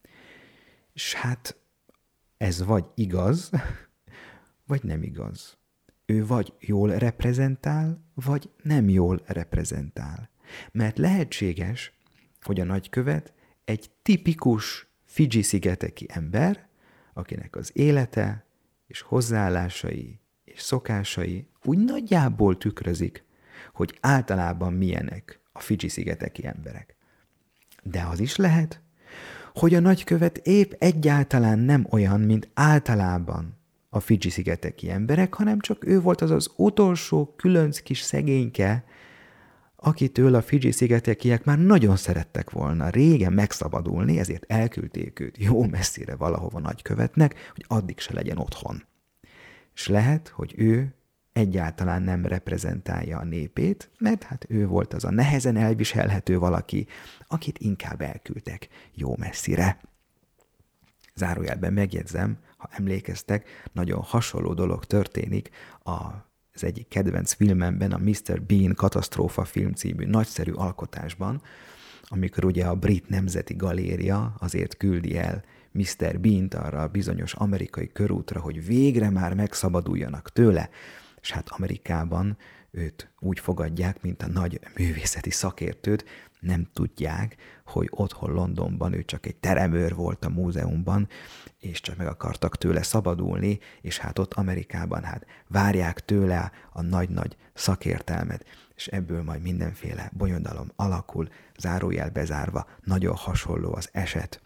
És hát ez vagy igaz, vagy nem igaz. Ő vagy jól reprezentál, vagy nem jól reprezentál. Mert lehetséges, hogy a nagykövet egy tipikus Fidzsi-szigeteki ember, akinek az élete és hozzáállásai és szokásai úgy nagyjából tükrözik, hogy általában milyenek a Fidzsi-szigeteki emberek. De az is lehet, hogy a nagykövet épp egyáltalán nem olyan, mint általában a Fidzsi-szigeteki emberek, hanem csak ő volt az az utolsó különc kis szegényke, akitől a Fidzsi-szigetekiek már nagyon szerettek volna régen megszabadulni, ezért elküldték őt jó messzire valahova nagykövetnek, hogy addig se legyen otthon. És lehet, hogy ő egyáltalán nem reprezentálja a népét, mert hát ő volt az a nehezen elviselhető valaki, akit inkább elküldtek jó messzire. Zárójelben megjegyzem, ha emlékeztek, nagyon hasonló dolog történik az egyik kedvenc filmemben, a Mr. Bean katasztrófa film című nagyszerű alkotásban, amikor ugye a Brit Nemzeti Galéria azért küldi el Mr. Beant arra a bizonyos amerikai körútra, hogy végre már megszabaduljanak tőle, és hát Amerikában őt úgy fogadják, mint a nagy művészeti szakértőt, nem tudják, hogy otthon Londonban ő csak egy teremőr volt a múzeumban, és csak meg akartak tőle szabadulni, és hát ott Amerikában hát várják tőle a nagy-nagy szakértelmet, és ebből majd mindenféle bonyodalom alakul, zárójel bezárva, nagyon hasonló az eset.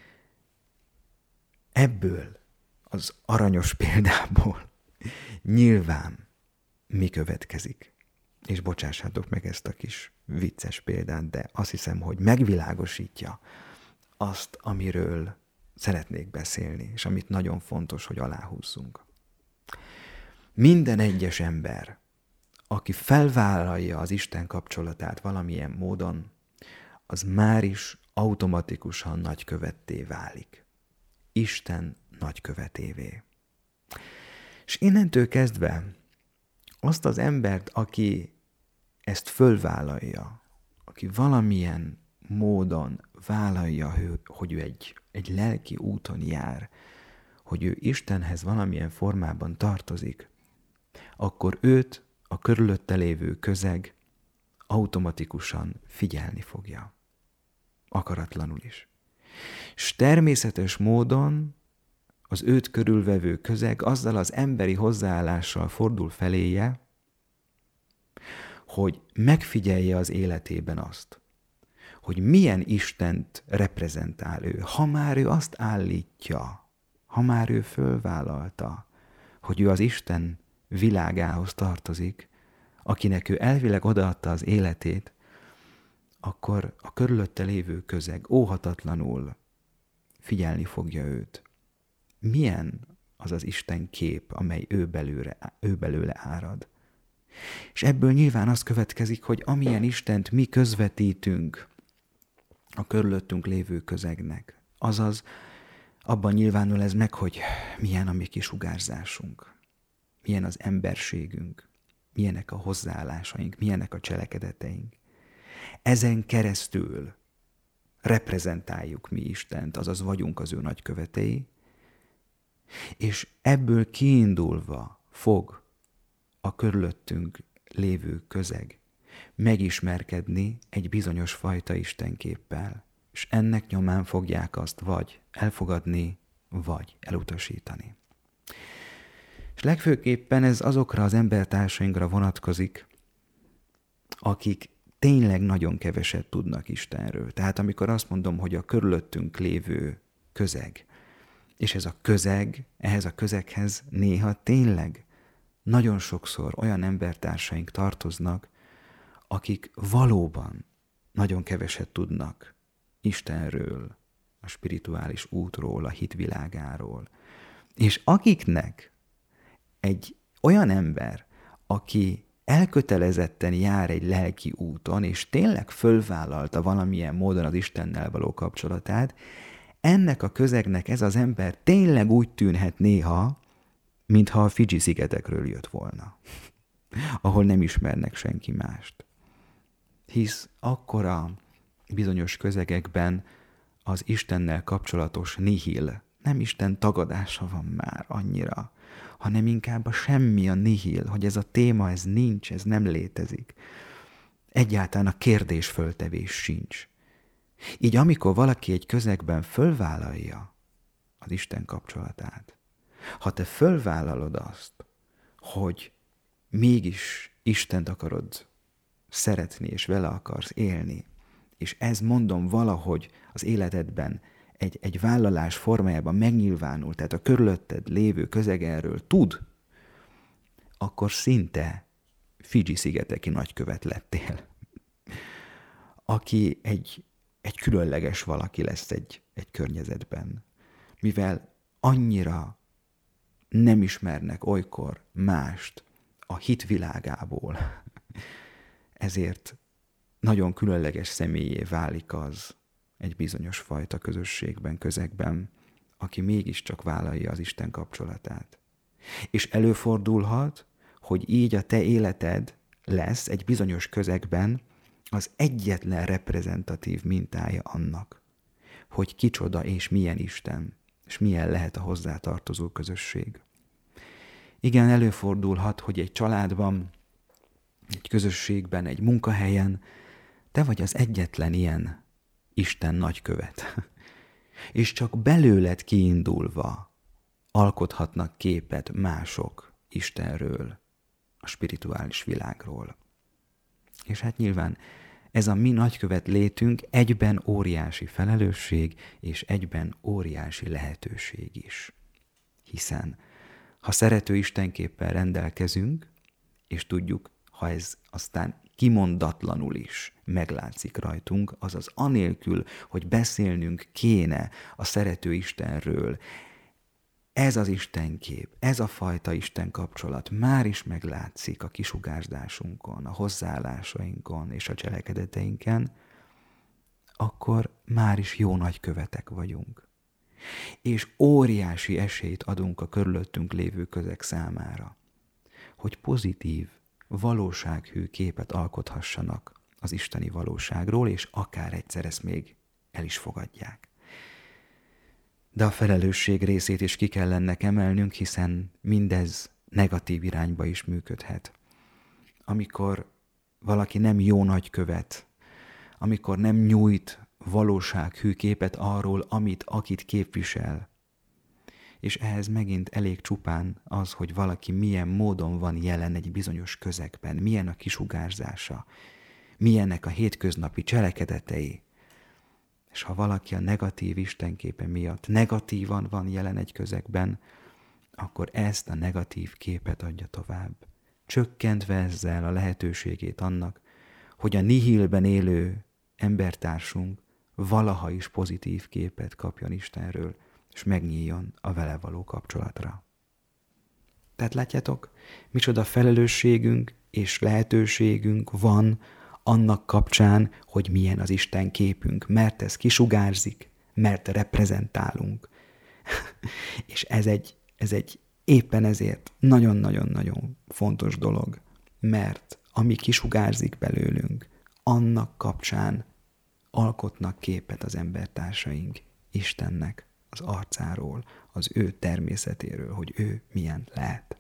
Ebből az aranyos példából nyilván mi következik? És bocsássátok meg ezt a kis vicces példát, de azt hiszem, hogy megvilágosítja azt, amiről szeretnék beszélni, és amit nagyon fontos, hogy aláhúzzunk. Minden egyes ember, aki felvállalja az Isten kapcsolatát valamilyen módon, az már is automatikusan nagykövetté válik. Isten nagykövetévé. És innentől kezdve azt az embert, aki ezt fölvállalja, aki valamilyen módon vállalja, hogy ő egy lelki úton jár, hogy ő Istenhez valamilyen formában tartozik, akkor őt a körülötte lévő közeg automatikusan figyelni fogja. Akaratlanul is. És természetes módon az őt körülvevő közeg azzal az emberi hozzáállással fordul feléje, hogy megfigyelje az életében azt, hogy milyen Istent reprezentál ő. Ha már ő azt állítja, ha már ő fölvállalta, hogy ő az Isten világához tartozik, akinek ő elvileg odaadta az életét, akkor a körülötte lévő közeg óhatatlanul figyelni fogja őt. Milyen az az Isten kép, amely ő belőle árad. És ebből nyilván az következik, hogy amilyen Istent mi közvetítünk a körülöttünk lévő közegnek, azaz abban nyilvánul ez meg, hogy milyen a mi kisugárzásunk, milyen az emberségünk, milyenek a hozzáállásaink, milyenek a cselekedeteink. Ezen keresztül reprezentáljuk mi Istent, azaz vagyunk az ő nagykövetei, és ebből kiindulva fog a körülöttünk lévő közeg megismerkedni egy bizonyos fajta istenképpel, és ennek nyomán fogják azt vagy elfogadni, vagy elutasítani. És legfőképpen ez azokra az embertársainkra vonatkozik, akik tényleg nagyon keveset tudnak Istenről. Tehát amikor azt mondom, hogy a körülöttünk lévő közeg, és ez a közeg, ehhez a közeghez néha tényleg nagyon sokszor olyan embertársaink tartoznak, akik valóban nagyon keveset tudnak Istenről, a spirituális útról, a hitvilágáról. És akiknek egy olyan ember, aki elkötelezetten jár egy lelki úton, és tényleg fölvállalta valamilyen módon az Istennel való kapcsolatát, ennek a közegnek ez az ember tényleg úgy tűnhet néha, mintha a Fidzsi-szigetekről jött volna, ahol nem ismernek senki mást. Hisz akkor a bizonyos közegekben az Istennel kapcsolatos nihil, nem Isten tagadása van már annyira, hanem inkább a semmi, a nihil, hogy ez a téma, ez nincs, ez nem létezik. Egyáltalán a kérdésföltevés sincs. Így amikor valaki egy közegben fölvállalja az Isten kapcsolatát, ha te fölvállalod azt, hogy mégis Istent akarod szeretni, és vele akarsz élni, és ez mondom valahogy az életedben egy vállalás formájában megnyilvánul, tehát a körülötted lévő közeg erről tud, akkor szinte Fidzsi-szigeteki nagykövet lettél, aki egy különleges valaki lesz egy környezetben, mivel annyira nem ismernek olykor mást a hitvilágából, ezért nagyon különleges személyé válik az egy bizonyos fajta közösségben, közegben, aki mégiscsak vállalja az Isten kapcsolatát. És előfordulhat, hogy így a te életed lesz egy bizonyos közegben az egyetlen reprezentatív mintája annak, hogy kicsoda és milyen Isten, és milyen lehet a hozzátartozó közösség. Igen, előfordulhat, hogy egy családban, egy közösségben, egy munkahelyen te vagy az egyetlen ilyen Isten nagykövet. És csak belőled kiindulva alkothatnak képet mások Istenről, a spirituális világról. És hát nyilván ez a mi nagykövet létünk egyben óriási felelősség, és egyben óriási lehetőség is. Hiszen ha szerető Istenképpel rendelkezünk, és tudjuk, ha ez aztán kimondatlanul is meglátszik rajtunk, azaz anélkül, hogy beszélnünk kéne a szerető Istenről, ez az Istenkép, ez a fajta Isten kapcsolat már is meglátszik a kisugárzásunkon, a hozzáállásainkon és a cselekedeteinken, akkor már is jó nagykövetek vagyunk. És óriási esélyt adunk a körülöttünk lévő közeg számára, hogy pozitív, valósághű képet alkothassanak az isteni valóságról, és akár egyszer ezt még el is fogadják. De a felelősség részét is ki kell ennek emelnünk, hiszen mindez negatív irányba is működhet. Amikor valaki nem jó nagykövet, amikor nem nyújt valósághű képet arról, akit képvisel, és ehhez megint elég csupán az, hogy valaki milyen módon van jelen egy bizonyos közegben, milyen a kisugárzása, milyenek a hétköznapi cselekedetei. És ha valaki a negatív istenképe miatt negatívan van jelen egy közegben, akkor ezt a negatív képet adja tovább, csökkentve ezzel a lehetőségét annak, hogy a nihilben élő embertársunk valaha is pozitív képet kapjon Istenről, és megnyíljon a vele való kapcsolatra. Tehát látjátok, micsoda felelősségünk és lehetőségünk van annak kapcsán, hogy milyen az Isten képünk, mert ez kisugárzik, mert reprezentálunk. És ez egy éppen ezért nagyon-nagyon-nagyon fontos dolog, mert ami kisugárzik belőlünk, annak kapcsán alkotnak képet az embertársaink Istennek az arcáról, az ő természetéről, hogy ő milyen lehet.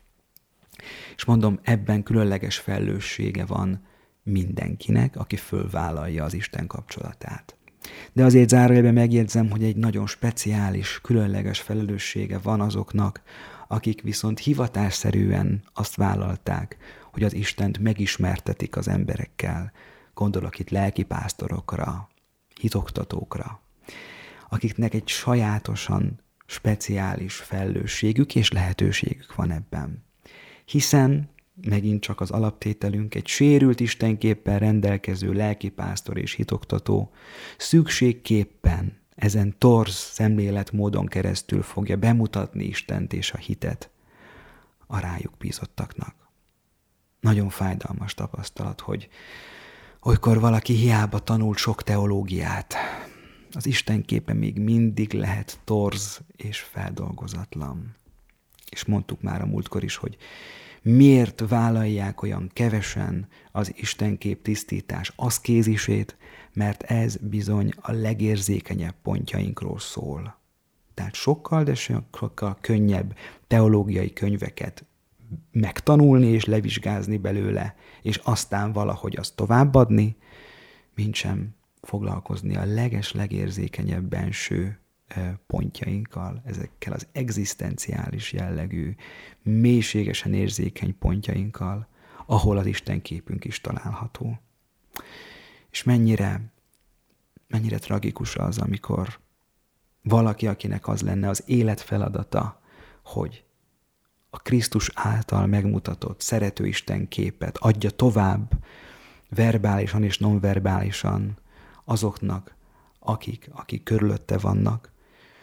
És mondom, ebben különleges felelőssége van mindenkinek, aki fölvállalja az Isten kapcsolatát. De azért zárójelben megjegyzem, hogy egy nagyon speciális, különleges felelőssége van azoknak, akik viszont hivatásszerűen azt vállalták, hogy az Istent megismertetik az emberekkel, gondolok itt lelkipásztorokra, hitoktatókra, akiknek egy sajátosan speciális felelősségük és lehetőségük van ebben. Hiszen megint csak az alaptételünk, egy sérült istenképpel rendelkező lelkipásztor és hitoktató szükségképpen ezen torz szemléletmódon keresztül fogja bemutatni Istent és a hitet a rájuk bízottaknak. Nagyon fájdalmas tapasztalat, hogy olykor valaki hiába tanult sok teológiát, az istenképe még mindig lehet torz és feldolgozatlan. És mondtuk már a múltkor is, hogy miért vállalják olyan kevesen az istenkép tisztítás aszkézisét, mert ez bizony a legérzékenyebb pontjainkról szól. Tehát sokkal, de sokkal könnyebb teológiai könyveket megtanulni és levizsgázni belőle, és aztán valahogy azt továbbadni, mintsem foglalkozni a legérzékenyebb benső pontjainkkal, ezekkel az egzisztenciális jellegű, mélységesen érzékeny pontjainkkal, ahol az istenképünk is található. És mennyire tragikus az, amikor valaki, akinek az lenne az élet feladata, hogy a Krisztus által megmutatott szerető Isten képet adja tovább verbálisan és nonverbálisan azoknak, akik körülötte vannak,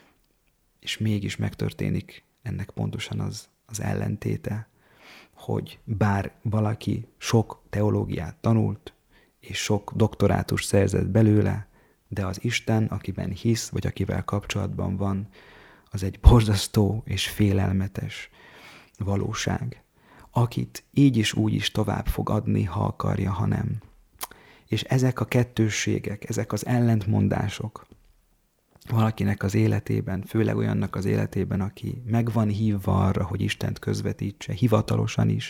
és mégis megtörténik ennek pontosan az ellentéte, hogy bár valaki sok teológiát tanult, és sok doktorátus szerzett belőle, de az Isten, akiben hisz, vagy akivel kapcsolatban van, az egy borzasztó és félelmetes valóság, akit így is úgy is tovább fog adni, ha akarja, ha nem. És ezek a kettősségek, ezek az ellentmondások valakinek az életében, főleg olyannak az életében, aki meg van hívva arra, hogy Istent közvetítse, hivatalosan is,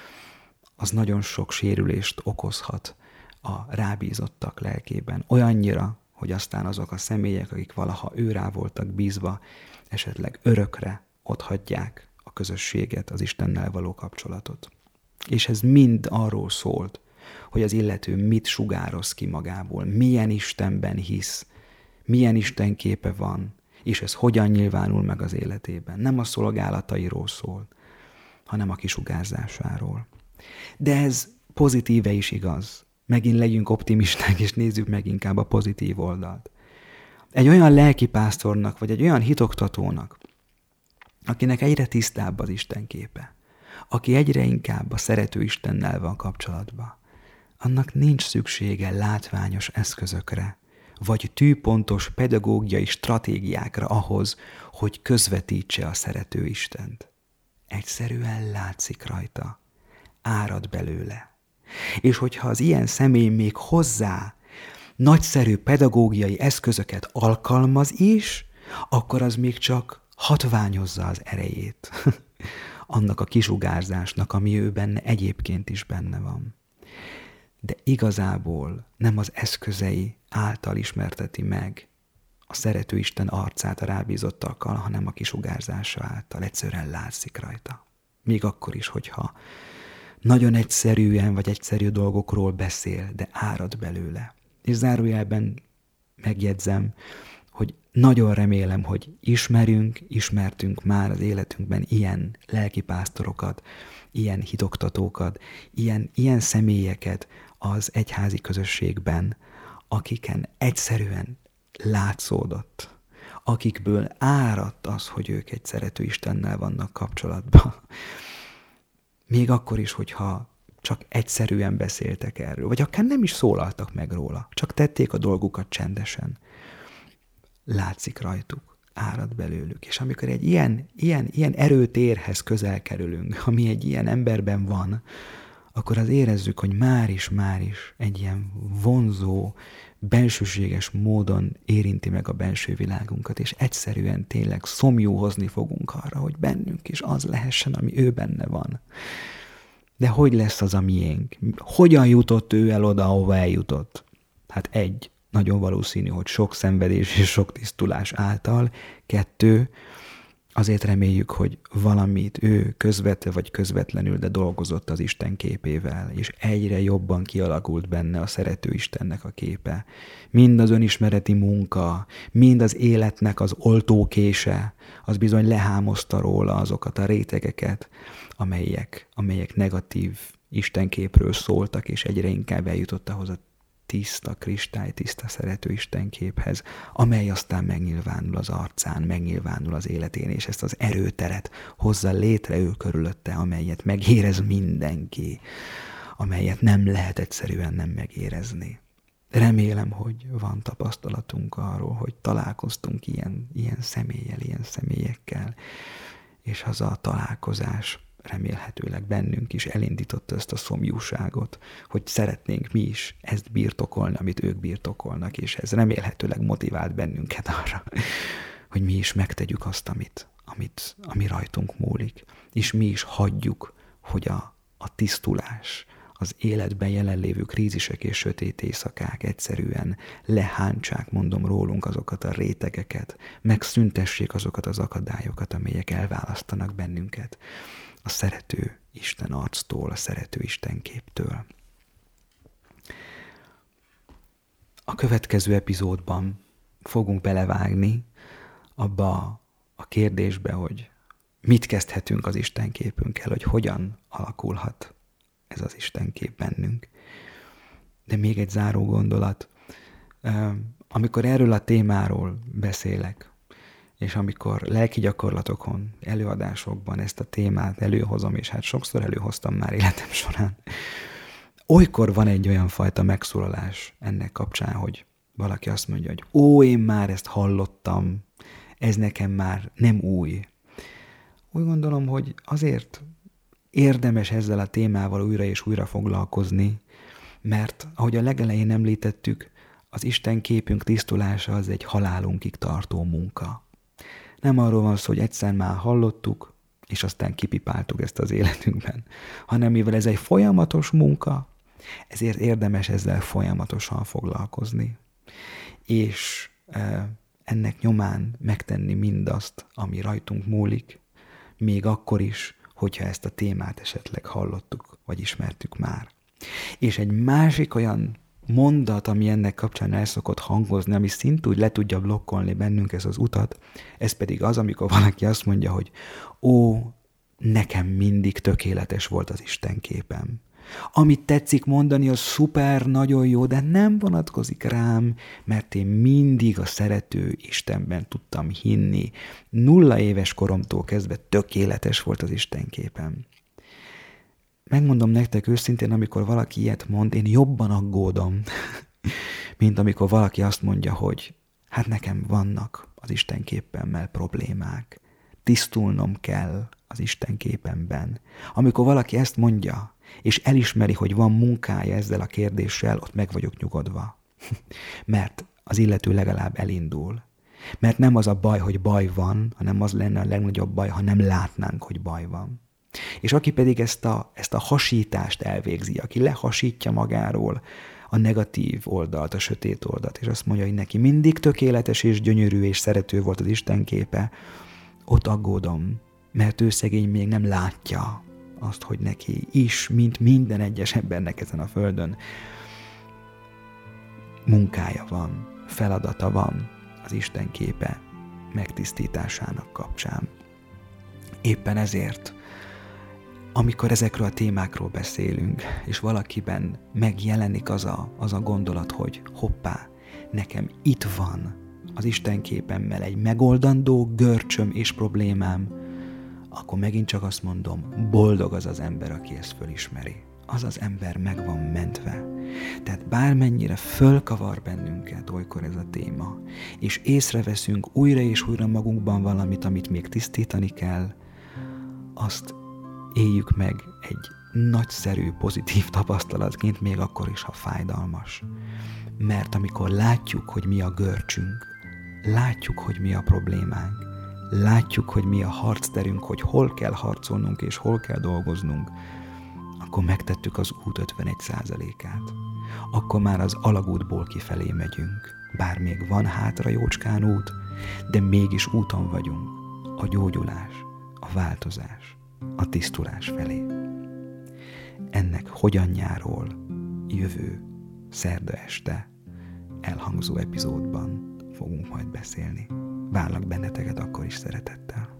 az nagyon sok sérülést okozhat a rábízottak lelkében. Olyannyira, hogy aztán azok a személyek, akik valaha őrá voltak bízva, esetleg örökre otthagyják a közösséget, az Istennel való kapcsolatot. És ez mind arról szólt, hogy az illető mit sugároz ki magából, milyen Istenben hisz, milyen Isten képe van, és ez hogyan nyilvánul meg az életében. Nem a szolgálatairól szól, hanem a kisugárzásáról. De ez pozitíve is igaz. Megint legyünk optimisták, és nézzük meg inkább a pozitív oldalt. Egy olyan lelkipásztornak, vagy egy olyan hitoktatónak, akinek egyre tisztább az Isten képe, aki egyre inkább a szerető Istennel van kapcsolatban, annak nincs szüksége látványos eszközökre, vagy tűpontos pedagógiai stratégiákra ahhoz, hogy közvetítse a szerető Istent. Egyszerűen látszik rajta, árad belőle. És hogyha az ilyen személy még hozzá nagyszerű pedagógiai eszközöket alkalmaz is, akkor az még csak hatványozza az erejét annak a kisugárzásnak, ami ő benne egyébként is benne van. De igazából nem az eszközei által ismerteti meg a szerető Isten arcát a rábízottakkal, hanem a kisugárzása által. Egyszerűen látszik rajta. Még akkor is, hogyha nagyon egyszerűen vagy egyszerű dolgokról beszél, de árad belőle. És zárójelben megjegyzem, hogy nagyon remélem, hogy ismertünk már az életünkben ilyen lelkipásztorokat, ilyen hitoktatókat, ilyen személyeket az egyházi közösségben, akiken egyszerűen látszódott, akikből áradt az, hogy ők egy szerető Istennel vannak kapcsolatban. Még akkor is, hogyha csak egyszerűen beszéltek erről, vagy akár nem is szólaltak meg róla, csak tették a dolgukat csendesen. Látszik rajtuk, árad belőlük. És amikor egy ilyen erőtérhez közel kerülünk, ami egy ilyen emberben van, akkor az érezzük, hogy már is egy ilyen vonzó, bensőséges módon érinti meg a benső világunkat, és egyszerűen tényleg szomjúhozni fogunk arra, hogy bennünk is az lehessen, ami ő benne van. De hogy lesz az a miénk? Hogyan jutott ő el oda, ahova eljutott? Hát nagyon valószínű, hogy sok szenvedés és sok tisztulás által. 2, Azért reméljük, hogy valamit ő közvetve vagy közvetlenül, de dolgozott az Isten képével, és egyre jobban kialakult benne a szerető Istennek a képe. Mind az önismereti munka, mind az életnek az oltókése, az bizony lehámozta róla azokat a rétegeket, amelyek negatív Istenképről szóltak, és egyre inkább eljutott ahhoz a tiszta, kristálytiszta szerető Istenképhez, amely aztán megnyilvánul az arcán, megnyilvánul az életén, és ezt az erőteret hozza létre ő körülötte, amelyet megérez mindenki, amelyet nem lehet egyszerűen nem megérezni. Remélem, hogy van tapasztalatunk arról, hogy találkoztunk ilyen személlyel, ilyen személyekkel, és az a találkozás remélhetőleg bennünk is elindította ezt a szomjúságot, hogy szeretnénk mi is ezt birtokolni, amit ők birtokolnak, és ez remélhetőleg motivált bennünket arra, hogy mi is megtegyük azt, ami rajtunk múlik, és mi is hagyjuk, hogy a tisztulás, az életben jelenlévő krízisek és sötét éjszakák egyszerűen lehántsák, mondom rólunk, azokat a rétegeket, megszüntessék azokat az akadályokat, amelyek elválasztanak bennünket a szerető Isten arctól, a szerető Isten képtől. A következő epizódban fogunk belevágni abba a kérdésbe, hogy mit kezdhetünk az Isten képünkkel, hogy hogyan alakulhat ez az Isten kép bennünk. De még egy záró gondolat. Amikor erről a témáról beszélek, és amikor lelki gyakorlatokon, előadásokban ezt a témát előhozom, és hát sokszor előhoztam már életem során, olykor van egy olyan fajta megszólalás ennek kapcsán, hogy valaki azt mondja, hogy én már ezt hallottam, ez nekem már nem új. Úgy gondolom, hogy azért érdemes ezzel a témával újra és újra foglalkozni, mert ahogy a legelején említettük, az Isten képünk tisztulása az egy halálunkig tartó munka. Nem arról van szó, hogy egyszer már hallottuk, és aztán kipipáltuk ezt az életünkben, hanem mivel ez egy folyamatos munka, ezért érdemes ezzel folyamatosan foglalkozni. És ennek nyomán megtenni mindazt, ami rajtunk múlik, még akkor is, hogyha ezt a témát esetleg hallottuk, vagy ismertük már. És egy másik olyan mondat, ami ennek kapcsán el szokott hangozni, ami szintúgy le tudja blokkolni bennünk ez az utat, ez pedig az, amikor valaki azt mondja, hogy nekem mindig tökéletes volt az Isten képem. Amit tetszik mondani, az szuper, nagyon jó, de nem vonatkozik rám, mert én mindig a szerető Istenben tudtam hinni. 0 éves koromtól kezdve tökéletes volt az Isten képem. Megmondom nektek őszintén, amikor valaki ilyet mond, én jobban aggódom, mint amikor valaki azt mondja, hogy hát nekem vannak az Isten képemmel problémák. Tisztulnom kell az Isten képemben. Amikor valaki ezt mondja, és elismeri, hogy van munkája ezzel a kérdéssel, ott meg vagyok nyugodva. Mert az illető legalább elindul. Mert nem az a baj, hogy baj van, hanem az lenne a legnagyobb baj, ha nem látnánk, hogy baj van. És aki pedig ezt a hasítást elvégzi, aki lehasítja magáról a negatív oldalt, a sötét oldalt, és azt mondja, hogy neki mindig tökéletes és gyönyörű és szerető volt az Isten képe, ott aggódom, mert ő szegény még nem látja azt, hogy neki is, mint minden egyes embernek ezen a földön munkája van, feladata van az Isten képe megtisztításának kapcsán. Éppen ezért, amikor ezekről a témákról beszélünk, és valakiben megjelenik az a gondolat, hogy hoppá, nekem itt van az Isten képemmel egy megoldandó görcsöm és problémám, akkor megint csak azt mondom, boldog az az ember, aki ezt fölismeri. Az az ember meg van mentve. Tehát bármennyire fölkavar bennünket olykor ez a téma, és észreveszünk újra és újra magunkban valamit, amit még tisztítani kell, azt éljük meg egy nagyszerű, pozitív tapasztalatként, még akkor is, ha fájdalmas. Mert amikor látjuk, hogy mi a görcsünk, látjuk, hogy mi a problémánk, látjuk, hogy mi a harcterünk, hogy hol kell harcolnunk és hol kell dolgoznunk, akkor megtettük az út 51%-át. Akkor már az alagútból kifelé megyünk. Bár még van hátra jócskán út, de mégis úton vagyunk. a gyógyulás, a változás, a tisztulás felé. Ennek hogyanjáról jövő szerda este elhangzó epizódban fogunk majd beszélni. Várlak benneteket akkor is szeretettel.